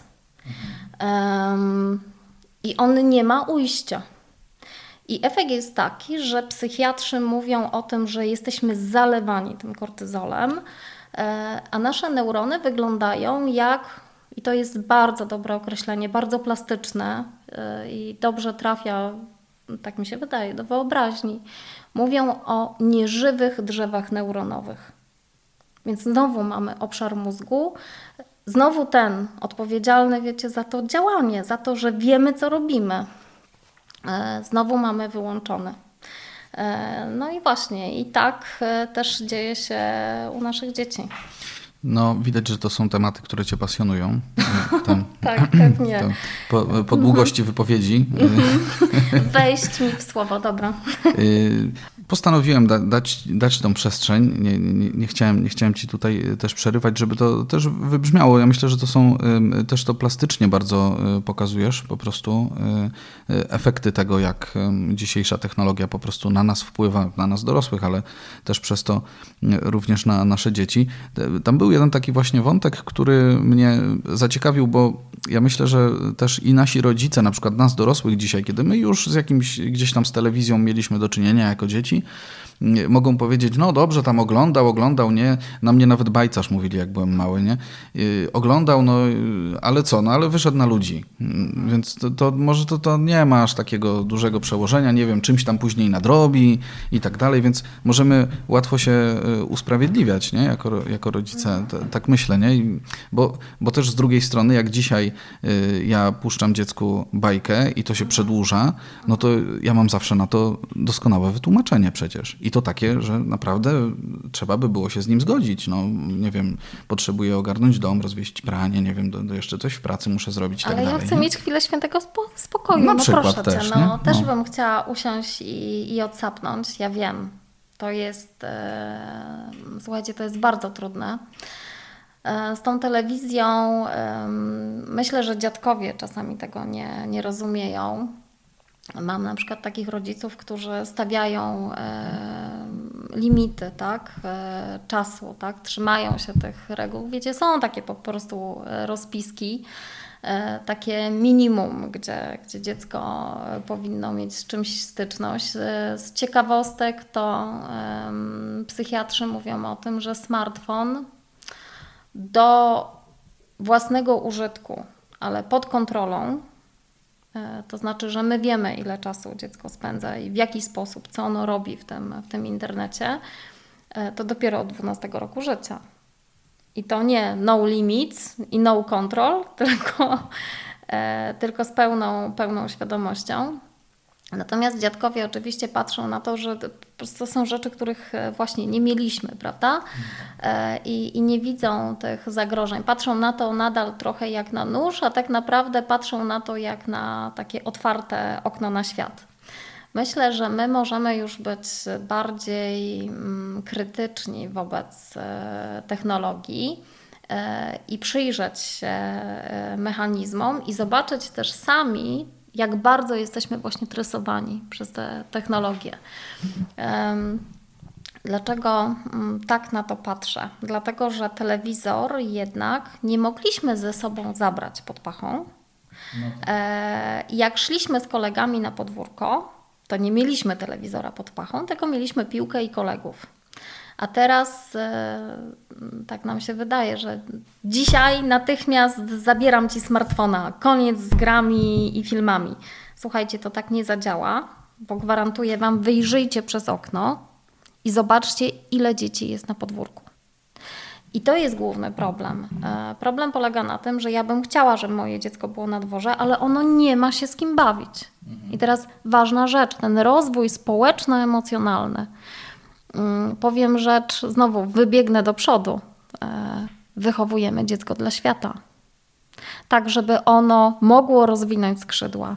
I on nie ma ujścia. I efekt jest taki, że psychiatrzy mówią o tym, że jesteśmy zalewani tym kortyzolem, a nasze neurony wyglądają jak... I to jest bardzo dobre określenie, bardzo plastyczne i dobrze trafia, tak mi się wydaje, do wyobraźni. Mówią o nieżywych drzewach neuronowych. Więc znowu mamy obszar mózgu, znowu ten odpowiedzialny, wiecie, za to działanie, za to, że wiemy, co robimy. Znowu mamy wyłączony. No i właśnie, i tak też dzieje się u naszych dzieci. No, widać, że to są tematy, które cię pasjonują. Tak, pewnie. Po długości wypowiedzi. Wejść mi w słowo, dobra. Postanowiłem dać tą przestrzeń. Nie chciałem ci tutaj też przerywać, żeby to też wybrzmiało. Ja myślę, że to są, też to plastycznie bardzo pokazujesz po prostu efekty tego, jak dzisiejsza technologia po prostu na nas wpływa, na nas dorosłych, ale też przez to również na nasze dzieci. Tam był jeden taki właśnie wątek, który mnie zaciekawił, bo ja myślę, że też i nasi rodzice, na przykład nas dorosłych dzisiaj, kiedy my już z jakimś gdzieś tam z telewizją mieliśmy do czynienia jako dzieci, mogą powiedzieć, no dobrze, tam oglądał, nie? Na mnie nawet bajcarz mówili, jak byłem mały, nie? Oglądał, no ale co? No ale wyszedł na ludzi. Więc to może to nie ma aż takiego dużego przełożenia, nie wiem, czymś tam później nadrobi i tak dalej, więc możemy łatwo się usprawiedliwiać, nie? Jako rodzice, tak myślę, nie? Bo też z drugiej strony, jak dzisiaj ja puszczam dziecku bajkę i to się przedłuża, no to ja mam zawsze na to doskonałe wytłumaczenie przecież. I to takie, że naprawdę trzeba by było się z nim zgodzić. No, nie wiem, potrzebuję ogarnąć dom, rozwieść pranie, nie wiem, jeszcze coś w pracy muszę zrobić i tak dalej. Ale ja chcę mieć chwilę świętego spokoju. Na no przykład proszę też, cię, nie? też bym chciała usiąść i odsapnąć. Ja wiem, to jest, słuchajcie, to jest bardzo trudne. Z tą telewizją myślę, że dziadkowie czasami tego nie rozumieją. Mam na przykład takich rodziców, którzy stawiają limity, tak, czasu, tak, trzymają się tych reguł. Wiecie, są takie po prostu rozpiski, takie minimum, gdzie dziecko powinno mieć z czymś styczność. Z ciekawostek to psychiatrzy mówią o tym, że smartfon do własnego użytku, ale pod kontrolą, to znaczy, że my wiemy, ile czasu dziecko spędza i w jaki sposób, co ono robi w tym internecie, to dopiero od 12 roku życia. I to nie no limits i no control, tylko z pełną świadomością. Natomiast dziadkowie oczywiście patrzą na to, że po prostu to są rzeczy, których właśnie nie mieliśmy, prawda? I nie widzą tych zagrożeń. Patrzą na to nadal trochę jak na nóż, a tak naprawdę patrzą na to jak na takie otwarte okno na świat. Myślę, że my możemy już być bardziej krytyczni wobec technologii i przyjrzeć się mechanizmom i zobaczyć też sami, jak bardzo jesteśmy właśnie tresowani przez te technologie. Dlaczego tak na to patrzę? Dlatego, że telewizor jednak nie mogliśmy ze sobą zabrać pod pachą. Jak szliśmy z kolegami na podwórko, to nie mieliśmy telewizora pod pachą, tylko mieliśmy piłkę i kolegów. A teraz tak nam się wydaje, że dzisiaj natychmiast zabieram ci smartfona, koniec z grami i filmami. Słuchajcie, to tak nie zadziała, bo gwarantuję wam, wyjrzyjcie przez okno i zobaczcie, ile dzieci jest na podwórku. I to jest główny problem. Problem polega na tym, że ja bym chciała, żeby moje dziecko było na dworze, ale ono nie ma się z kim bawić. I teraz ważna rzecz, ten rozwój społeczno-emocjonalny. Powiem rzecz, znowu wybiegnę do przodu. Wychowujemy dziecko dla świata. Tak, żeby ono mogło rozwinąć skrzydła,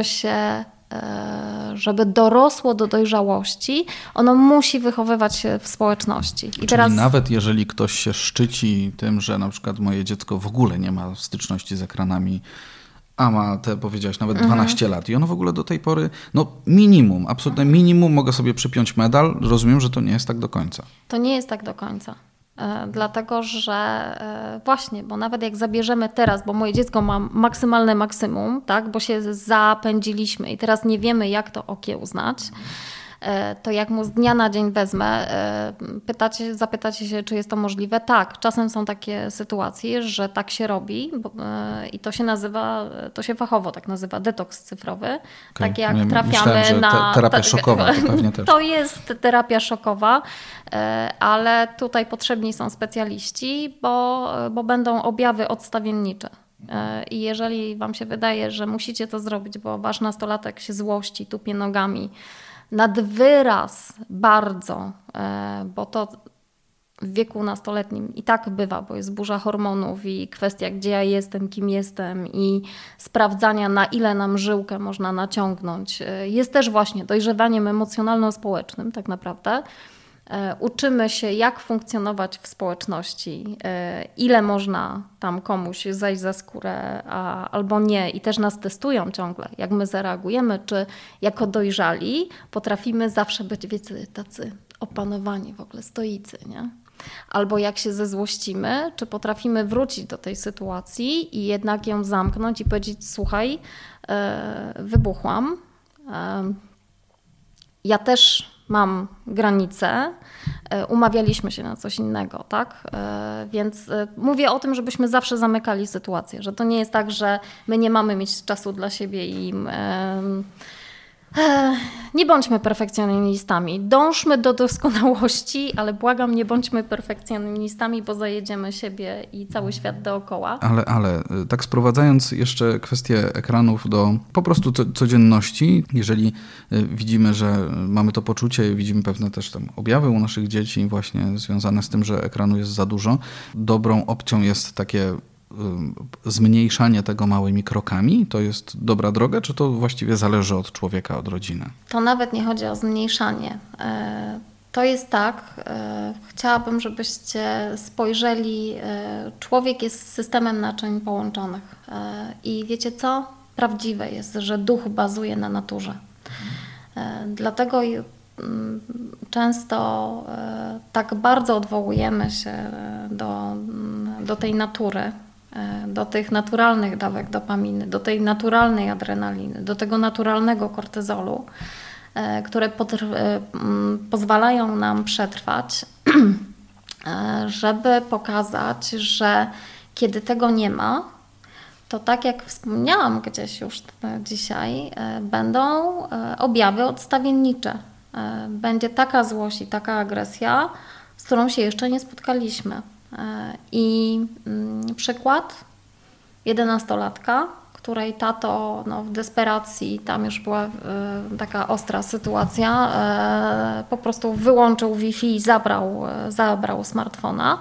żeby dorosło do dojrzałości, ono musi wychowywać się w społeczności. Czyli nawet jeżeli ktoś się szczyci tym, że na przykład moje dziecko w ogóle nie ma styczności z ekranami, a ma powiedziałaś, nawet 12 lat i ono w ogóle do tej pory, minimum, absolutne minimum, mogę sobie przypiąć medal, rozumiem, że to nie jest tak do końca. To nie jest tak do końca. Dlatego, że właśnie, bo nawet jak zabierzemy teraz, bo moje dziecko ma maksymalne maksimum, tak, bo się zapędziliśmy i teraz nie wiemy, jak to okiełznać, to jak mu z dnia na dzień wezmę, zapytacie się, czy jest to możliwe? Tak, czasem są takie sytuacje, że tak się robi i to się nazywa, to się fachowo tak nazywa detoks cyfrowy. Okay. Tak jak Myślałem, trafiamy że terapia szokowa, to pewnie też. To jest terapia szokowa, ale tutaj potrzebni są specjaliści, bo będą objawy odstawiennicze. I jeżeli wam się wydaje, że musicie to zrobić, bo wasz nastolatek się złości, tupie nogami, nad wyraz bardzo, bo to w wieku nastoletnim i tak bywa, bo jest burza hormonów i kwestia, gdzie ja jestem, kim jestem i sprawdzania, na ile nam żyłkę można naciągnąć. Jest też właśnie dojrzewaniem emocjonalno-społecznym tak naprawdę. Uczymy się, jak funkcjonować w społeczności, ile można tam komuś zajść za skórę albo nie. I też nas testują ciągle, jak my zareagujemy, czy jako dojrzali potrafimy zawsze być, wiecie, tacy opanowani w ogóle, stoicy, nie? Albo jak się zezłościmy, czy potrafimy wrócić do tej sytuacji i jednak ją zamknąć i powiedzieć, słuchaj, wybuchłam, ja też mam granice, umawialiśmy się na coś innego, tak? Więc mówię o tym, żebyśmy zawsze zamykali sytuację, że to nie jest tak, że my nie mamy mieć czasu dla siebie i nie bądźmy perfekcjonistami. Dążmy do doskonałości, ale błagam, nie bądźmy perfekcjonistami, bo zajedziemy siebie i cały świat dookoła. Ale tak sprowadzając jeszcze kwestię ekranów do po prostu codzienności, jeżeli widzimy, że mamy to poczucie, widzimy pewne też tam objawy u naszych dzieci właśnie związane z tym, że ekranu jest za dużo, dobrą opcją jest takie zmniejszanie tego małymi krokami? To jest dobra droga, czy to właściwie zależy od człowieka, od rodziny? To nawet nie chodzi o zmniejszanie. To jest tak, chciałabym, żebyście spojrzeli, człowiek jest systemem naczyń połączonych i wiecie co? Prawdziwe jest, że duch bazuje na naturze. Dlatego często tak bardzo odwołujemy się do tej natury, do tych naturalnych dawek dopaminy, do tej naturalnej adrenaliny, do tego naturalnego kortyzolu, które pozwalają nam przetrwać, żeby pokazać, że kiedy tego nie ma, to tak jak wspomniałam gdzieś już dzisiaj, będą objawy odstawiennicze. Będzie taka złość i taka agresja, z którą się jeszcze nie spotkaliśmy. I przykład 11-latka, której tato w desperacji, tam już była taka ostra sytuacja, po prostu wyłączył Wi-Fi i zabrał smartfona.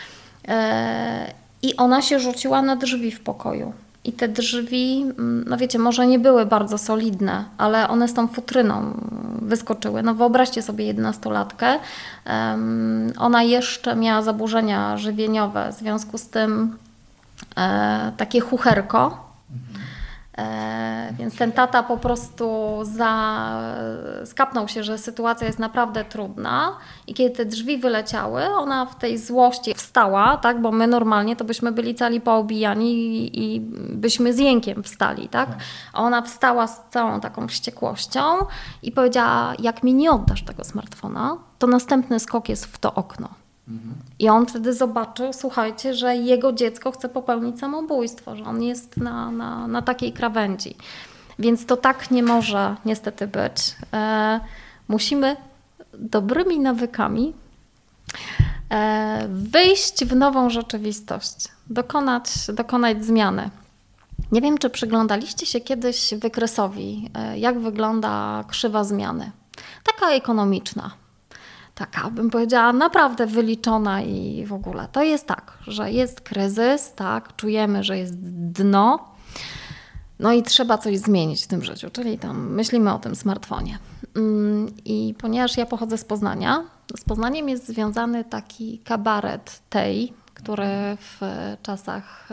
I ona się rzuciła na drzwi w pokoju. I te drzwi, wiecie, może nie były bardzo solidne, ale one z tą futryną wyskoczyły. Wyobraźcie sobie 11-latkę. Ona jeszcze miała zaburzenia żywieniowe, w związku z tym takie chucherko. Więc ten tata po prostu skapnął się, że sytuacja jest naprawdę trudna i kiedy te drzwi wyleciały, ona w tej złości wstała, tak, bo my normalnie to byśmy byli cali poobijani i byśmy z jękiem wstali, tak? A ona wstała z całą taką wściekłością i powiedziała, jak mi nie oddasz tego smartfona, to następny skok jest w to okno. I on wtedy zobaczył, słuchajcie, że jego dziecko chce popełnić samobójstwo, że on jest na takiej krawędzi. Więc to tak nie może niestety być. Musimy dobrymi nawykami wyjść w nową rzeczywistość, dokonać zmiany. Nie wiem, czy przyglądaliście się kiedyś wykresowi, jak wygląda krzywa zmiany. Taka ekonomiczna. Taka, bym powiedziała, naprawdę wyliczona i w ogóle. To jest tak, że jest kryzys, tak, czujemy, że jest dno, i trzeba coś zmienić w tym życiu, czyli tam myślimy o tym smartfonie. I ponieważ ja pochodzę z Poznania, z Poznaniem jest związany taki kabaret Tej, który w czasach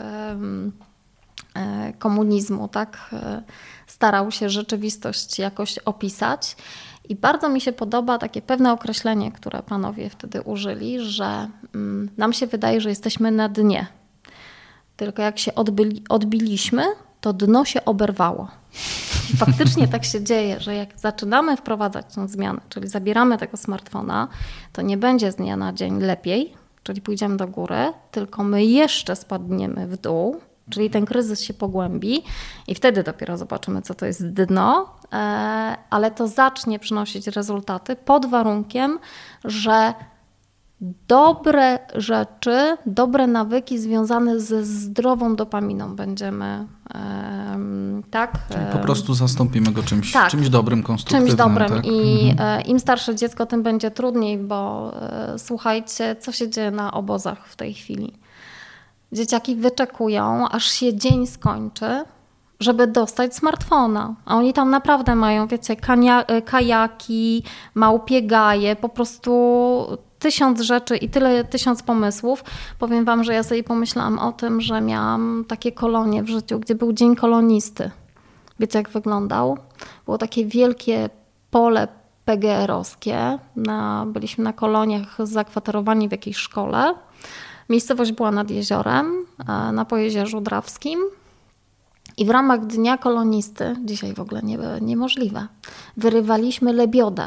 komunizmu, tak, starał się rzeczywistość jakoś opisać. I bardzo mi się podoba takie pewne określenie, które panowie wtedy użyli, że nam się wydaje, że jesteśmy na dnie. Tylko jak się odbiliśmy, to dno się oberwało. I faktycznie tak się dzieje, że jak zaczynamy wprowadzać tę zmianę, czyli zabieramy tego smartfona, to nie będzie z dnia na dzień lepiej, czyli pójdziemy do góry, tylko my jeszcze spadniemy w dół, czyli ten kryzys się pogłębi i wtedy dopiero zobaczymy, co to jest dno, ale to zacznie przynosić rezultaty pod warunkiem, że dobre rzeczy, dobre nawyki związane ze zdrową dopaminą będziemy, tak? Czyli po prostu zastąpimy go czymś dobrym, konstruktywnym. Czymś dobrym tak? I im starsze dziecko, tym będzie trudniej, bo słuchajcie, co się dzieje na obozach w tej chwili. Dzieciaki wyczekują, aż się dzień skończy, żeby dostać smartfona. A oni tam naprawdę mają, wiecie, kajaki, małpie gaje, po prostu 1000 rzeczy i 1000 pomysłów. Powiem wam, że ja sobie pomyślałam o tym, że miałam takie kolonie w życiu, gdzie był dzień kolonisty. Wiecie, jak wyglądał? Było takie wielkie pole PGR-owskie. Byliśmy na koloniach zakwaterowani w jakiejś szkole. Miejscowość była nad jeziorem, na Pojezierzu Drawskim. I w ramach Dnia Kolonisty, dzisiaj w ogóle niemożliwe, wyrywaliśmy lebiodę.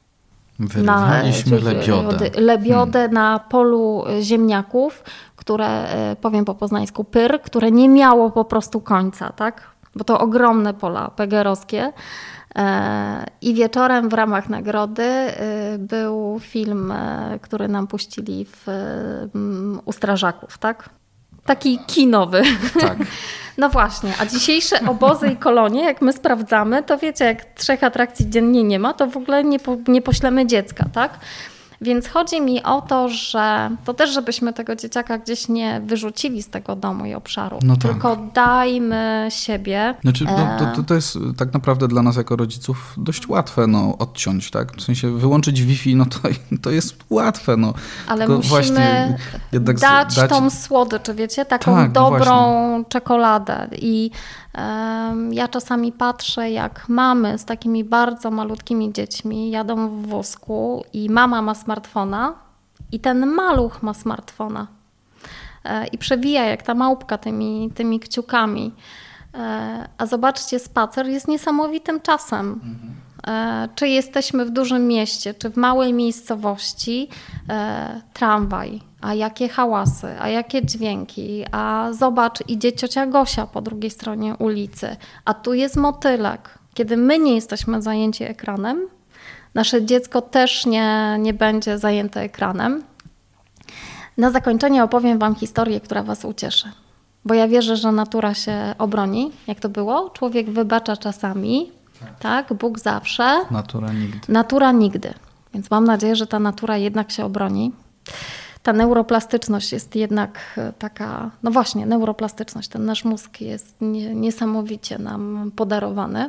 Lebiodę na polu ziemniaków, które, powiem po poznańsku, pyr, które nie miało po prostu końca, tak? Bo to ogromne pola PGR-owskie. I wieczorem w ramach nagrody był film, który nam puścili u strażaków, tak? Taki kinowy. Tak. No właśnie, a dzisiejsze obozy i kolonie, jak my sprawdzamy, to wiecie, jak 3 atrakcji dziennie nie ma, to w ogóle nie poślemy dziecka, tak? Więc chodzi mi o to, że to też, żebyśmy tego dzieciaka gdzieś nie wyrzucili z tego domu i obszaru, tylko dajmy siebie. Znaczy, to jest tak naprawdę dla nas jako rodziców dość łatwe odciąć, tak? W sensie wyłączyć Wi-Fi, to jest łatwe. Ale tylko musimy dać tą słodycz, wiecie, taką dobrą czekoladę. I ja czasami patrzę, jak mamy z takimi bardzo malutkimi dziećmi jadą w wózku i mama ma smartfona i ten maluch ma smartfona i przewija jak ta małpka tymi kciukami. A zobaczcie, spacer jest niesamowitym czasem. Czy jesteśmy w dużym mieście, czy w małej miejscowości, tramwaj, a jakie hałasy, a jakie dźwięki, a zobacz, idzie ciocia Gosia po drugiej stronie ulicy, a tu jest motylek. Kiedy my nie jesteśmy zajęci ekranem, nasze dziecko też nie będzie zajęte ekranem. Na zakończenie opowiem wam historię, która was ucieszy. bo ja wierzę, że natura się obroni. Jak to było? Człowiek wybacza czasami, tak? Bóg zawsze. Natura nigdy. Natura nigdy. Więc mam nadzieję, że ta natura jednak się obroni. Ta neuroplastyczność jest jednak taka, no właśnie, neuroplastyczność. Ten nasz mózg jest niesamowicie nam podarowany.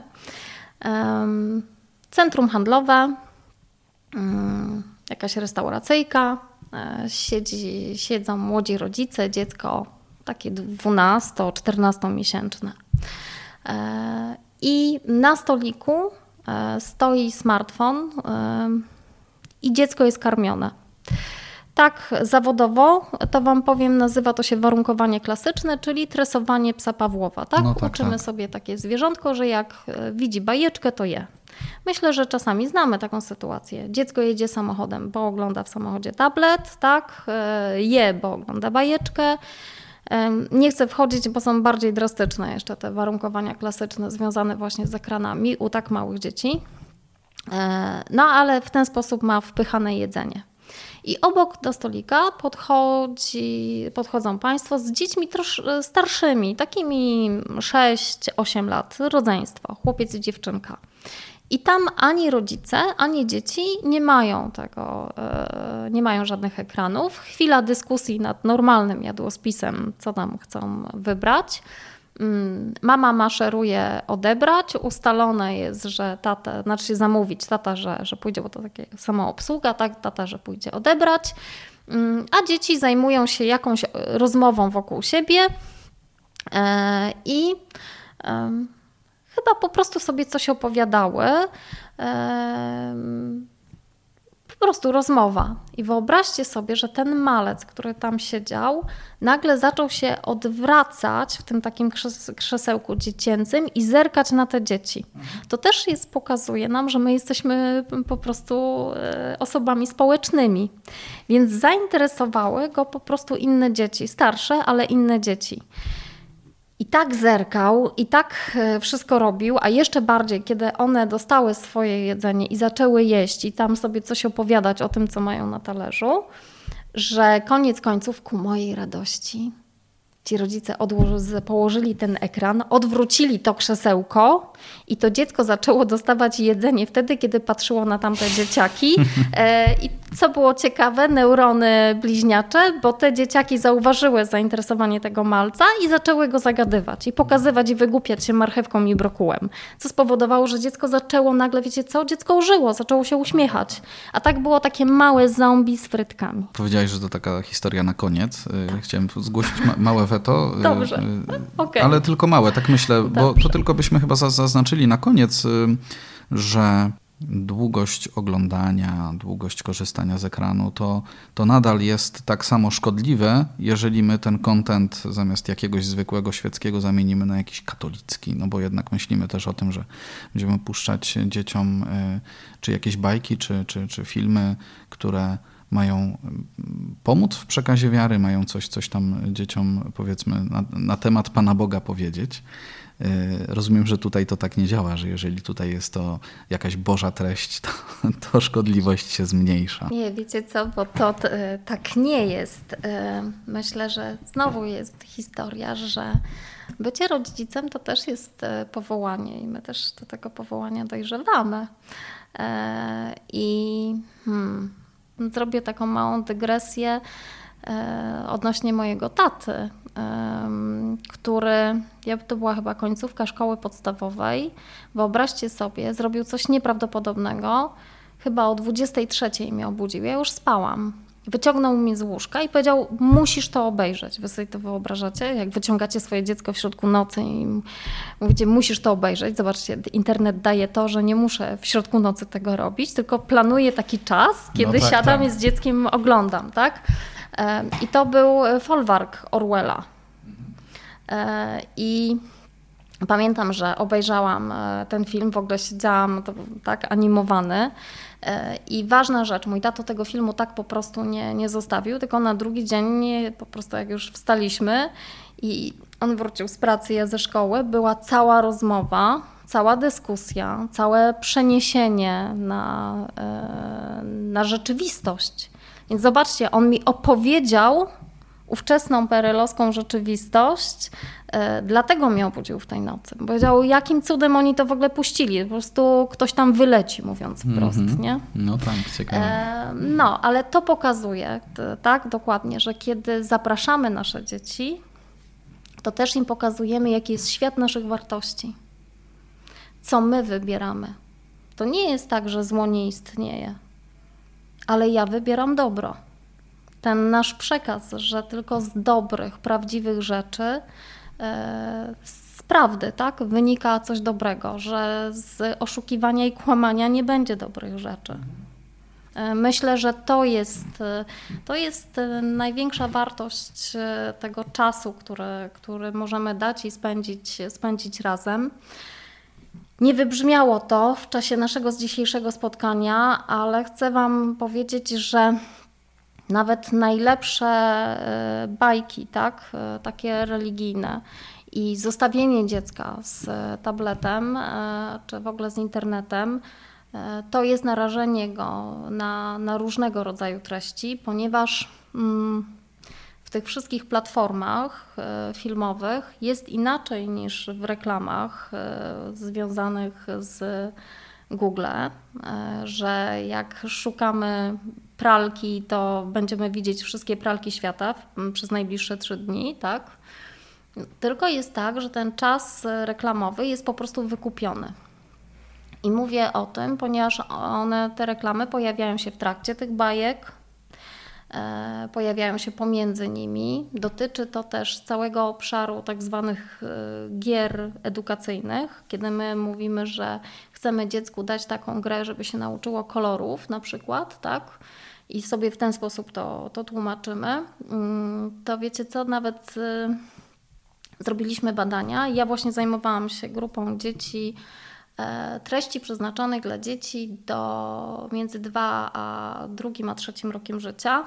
Centrum handlowe, jakaś restauracyjka, siedzą młodzi rodzice, dziecko takie 12-14 miesięczne. I na stoliku stoi smartfon i dziecko jest karmione. Tak zawodowo, to wam powiem, nazywa to się warunkowanie klasyczne, czyli tresowanie psa Pawłowa. Tak? No tak, Uczymy sobie takie zwierzątko, że jak widzi bajeczkę, to je. Myślę, że czasami znamy taką sytuację. Dziecko jedzie samochodem, bo ogląda w samochodzie tablet, tak? Je, bo ogląda bajeczkę. Nie chcę wchodzić, bo są bardziej drastyczne jeszcze te warunkowania klasyczne związane właśnie z ekranami u tak małych dzieci. No ale w ten sposób ma wpychane jedzenie. I obok do stolika podchodzą Państwo z dziećmi starszymi, takimi 6-8 lat, rodzeństwo, chłopiec i dziewczynka. I tam ani rodzice, ani dzieci nie mają tego, nie mają żadnych ekranów. Chwila dyskusji nad normalnym jadłospisem, co tam chcą wybrać. Mama maszeruje odebrać, ustalone jest, że tata, znaczy zamówić, tata, że pójdzie, bo to takie samoobsługa, tak, tata, że pójdzie odebrać, a dzieci zajmują się jakąś rozmową wokół siebie i chyba po prostu sobie coś opowiadały. Po prostu rozmowa. I wyobraźcie sobie, że ten malec, który tam siedział, nagle zaczął się odwracać w tym takim krzesełku dziecięcym i zerkać na te dzieci. To też pokazuje nam, że my jesteśmy po prostu osobami społecznymi. Więc zainteresowały go po prostu inne dzieci, starsze, ale inne dzieci. I tak zerkał, i tak wszystko robił, a jeszcze bardziej, kiedy one dostały swoje jedzenie i zaczęły jeść i tam sobie coś opowiadać o tym, co mają na talerzu, że koniec końców ku mojej radości ci rodzice położyli ten ekran, odwrócili to krzesełko i to dziecko zaczęło dostawać jedzenie wtedy, kiedy patrzyło na tamte dzieciaki. I co było ciekawe, neurony bliźniacze, bo te dzieciaki zauważyły zainteresowanie tego malca i zaczęły go zagadywać i pokazywać i wygłupiać się marchewką i brokułem. Co spowodowało, że dziecko zaczęło nagle, wiecie co, dziecko ożyło, zaczęło się uśmiechać. A tak było takie małe zombie z frytkami. Powiedziałaś, że to taka historia na koniec. Tak. Chciałem zgłosić małe weto. Dobrze, okay. Ale tylko małe, tak myślę, bo to tylko byśmy chyba zaznaczyli na koniec, że długość oglądania, długość korzystania z ekranu to nadal jest tak samo szkodliwe, jeżeli my ten content zamiast jakiegoś zwykłego świeckiego zamienimy na jakiś katolicki, no bo jednak myślimy też o tym, że będziemy puszczać dzieciom czy jakieś bajki, czy filmy, które mają pomóc w przekazie wiary, mają coś tam dzieciom, powiedzmy, na temat Pana Boga powiedzieć. Rozumiem, że tutaj to tak nie działa, że jeżeli tutaj jest to jakaś Boża treść, to szkodliwość się zmniejsza. Nie, wiecie co, bo to tak nie jest. Myślę, że znowu jest historia, że bycie rodzicem to też jest powołanie i my też do tego powołania dojrzewamy. Zrobię taką małą dygresję odnośnie mojego taty, który, to była chyba końcówka szkoły podstawowej, wyobraźcie sobie, zrobił coś nieprawdopodobnego, chyba o 23:00 mnie obudził, ja już spałam. Wyciągnął mnie z łóżka i powiedział, musisz to obejrzeć. Wy sobie to wyobrażacie? Jak wyciągacie swoje dziecko w środku nocy i mówicie, musisz to obejrzeć. Zobaczcie, internet daje to, że nie muszę w środku nocy tego robić, tylko planuję taki czas, kiedy siadam i z dzieckiem oglądam, tak? I to był folwark Orwella. I pamiętam, że obejrzałam ten film, w ogóle siedziałam, to był tak animowany. I ważna rzecz, mój tato tego filmu tak po prostu nie zostawił, tylko na drugi dzień, po prostu jak już wstaliśmy i on wrócił z pracy, ja ze szkoły, była cała rozmowa, cała dyskusja, całe przeniesienie na rzeczywistość. Więc zobaczcie, on mi opowiedział ówczesną perelowską rzeczywistość, dlatego mnie obudził w tej nocy. Powiedział, jakim cudem oni to w ogóle puścili. Po prostu ktoś tam wyleci, mówiąc wprost, nie? No tak, ciekawe. No, ale to pokazuje, tak, dokładnie, że kiedy zapraszamy nasze dzieci, to też im pokazujemy, jaki jest świat naszych wartości. Co my wybieramy. To nie jest tak, że zło nie istnieje, ale ja wybieram dobro. Ten nasz przekaz, że tylko z dobrych, prawdziwych rzeczy, z prawdy, tak, wynika coś dobrego, że z oszukiwania i kłamania nie będzie dobrych rzeczy. Myślę, że to jest największa wartość tego czasu, który możemy dać i spędzić razem. Nie wybrzmiało to w czasie naszego dzisiejszego spotkania, ale chcę Wam powiedzieć, że nawet najlepsze bajki, tak, takie religijne i zostawienie dziecka z tabletem czy w ogóle z internetem, to jest narażenie go na różnego rodzaju treści, ponieważ w tych wszystkich platformach filmowych jest inaczej niż w reklamach związanych z Google, że jak szukamy pralki, to będziemy widzieć wszystkie pralki świata przez najbliższe 3 dni, tak? Tylko jest tak, że ten czas reklamowy jest po prostu wykupiony. I mówię o tym, ponieważ te reklamy pojawiają się w trakcie tych bajek, pojawiają się pomiędzy nimi. Dotyczy to też całego obszaru tak zwanych gier edukacyjnych, kiedy my mówimy, że chcemy dziecku dać taką grę, żeby się nauczyło kolorów na przykład, tak? I sobie w ten sposób to tłumaczymy. To wiecie co, nawet zrobiliśmy badania. Ja właśnie zajmowałam się grupą dzieci, treści przeznaczonych dla dzieci między 2 a 2 a 3 rokiem życia.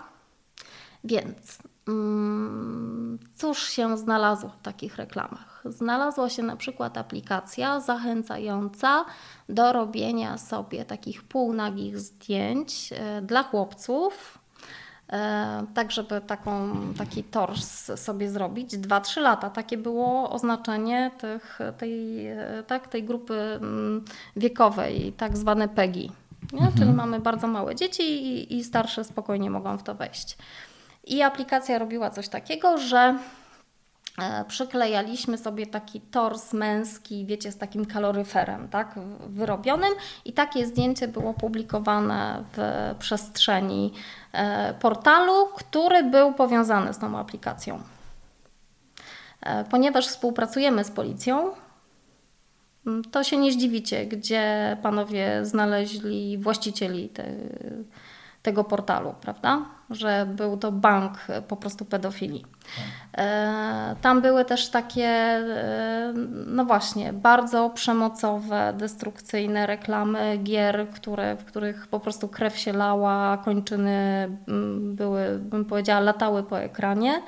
Więc cóż się znalazło w takich reklamach? Znalazła się na przykład aplikacja zachęcająca do robienia sobie takich półnagich zdjęć dla chłopców, tak żeby taki tors sobie zrobić. 2-3 lata. Takie było oznaczenie tej grupy wiekowej, tak zwane PEGI. Czyli mamy bardzo małe dzieci i starsze spokojnie mogą w to wejść. I aplikacja robiła coś takiego, że przyklejaliśmy sobie taki tors męski, wiecie, z takim kaloryferem, tak, wyrobionym i takie zdjęcie było publikowane w przestrzeni portalu, który był powiązany z tą aplikacją. Ponieważ współpracujemy z policją, to się nie zdziwicie, gdzie panowie znaleźli właścicieli tego portalu, prawda? Że był to bank po prostu pedofilii. Tam były też takie, no właśnie, bardzo przemocowe, destrukcyjne reklamy gier, w których po prostu krew się lała, kończyny były, bym powiedziała, latały po ekranie.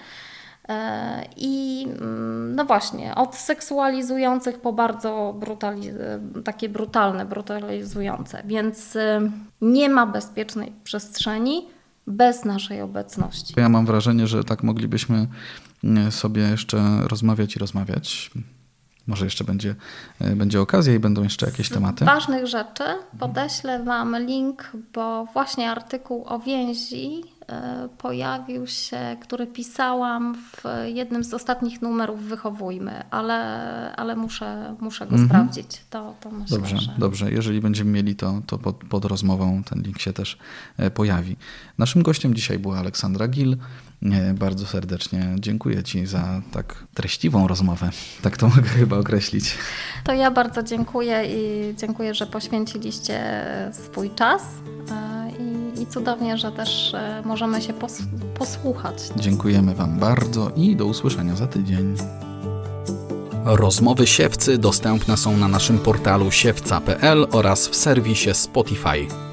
I no właśnie, od seksualizujących po bardzo takie brutalne, brutalizujące. Więc nie ma bezpiecznej przestrzeni bez naszej obecności. Ja mam wrażenie, że tak moglibyśmy sobie jeszcze rozmawiać. Może jeszcze będzie okazja i będą jeszcze jakieś tematy. Z ważnych rzeczy podeślę Wam link, bo właśnie artykuł o więzi pojawił się, który pisałam w jednym z ostatnich numerów Wychowujmy, ale muszę go sprawdzić. To myślę, Dobrze. Jeżeli będziemy mieli to pod rozmową ten link się też pojawi. Naszym gościem dzisiaj była Aleksandra Gil. Bardzo serdecznie dziękuję Ci za tak treściwą rozmowę. Tak to mogę chyba określić. To ja bardzo dziękuję i dziękuję, że poświęciliście swój czas i cudownie, że też możemy się posłuchać. Dziękujemy Wam bardzo i do usłyszenia za tydzień. Rozmowy Siewcy dostępne są na naszym portalu siewca.pl oraz w serwisie Spotify.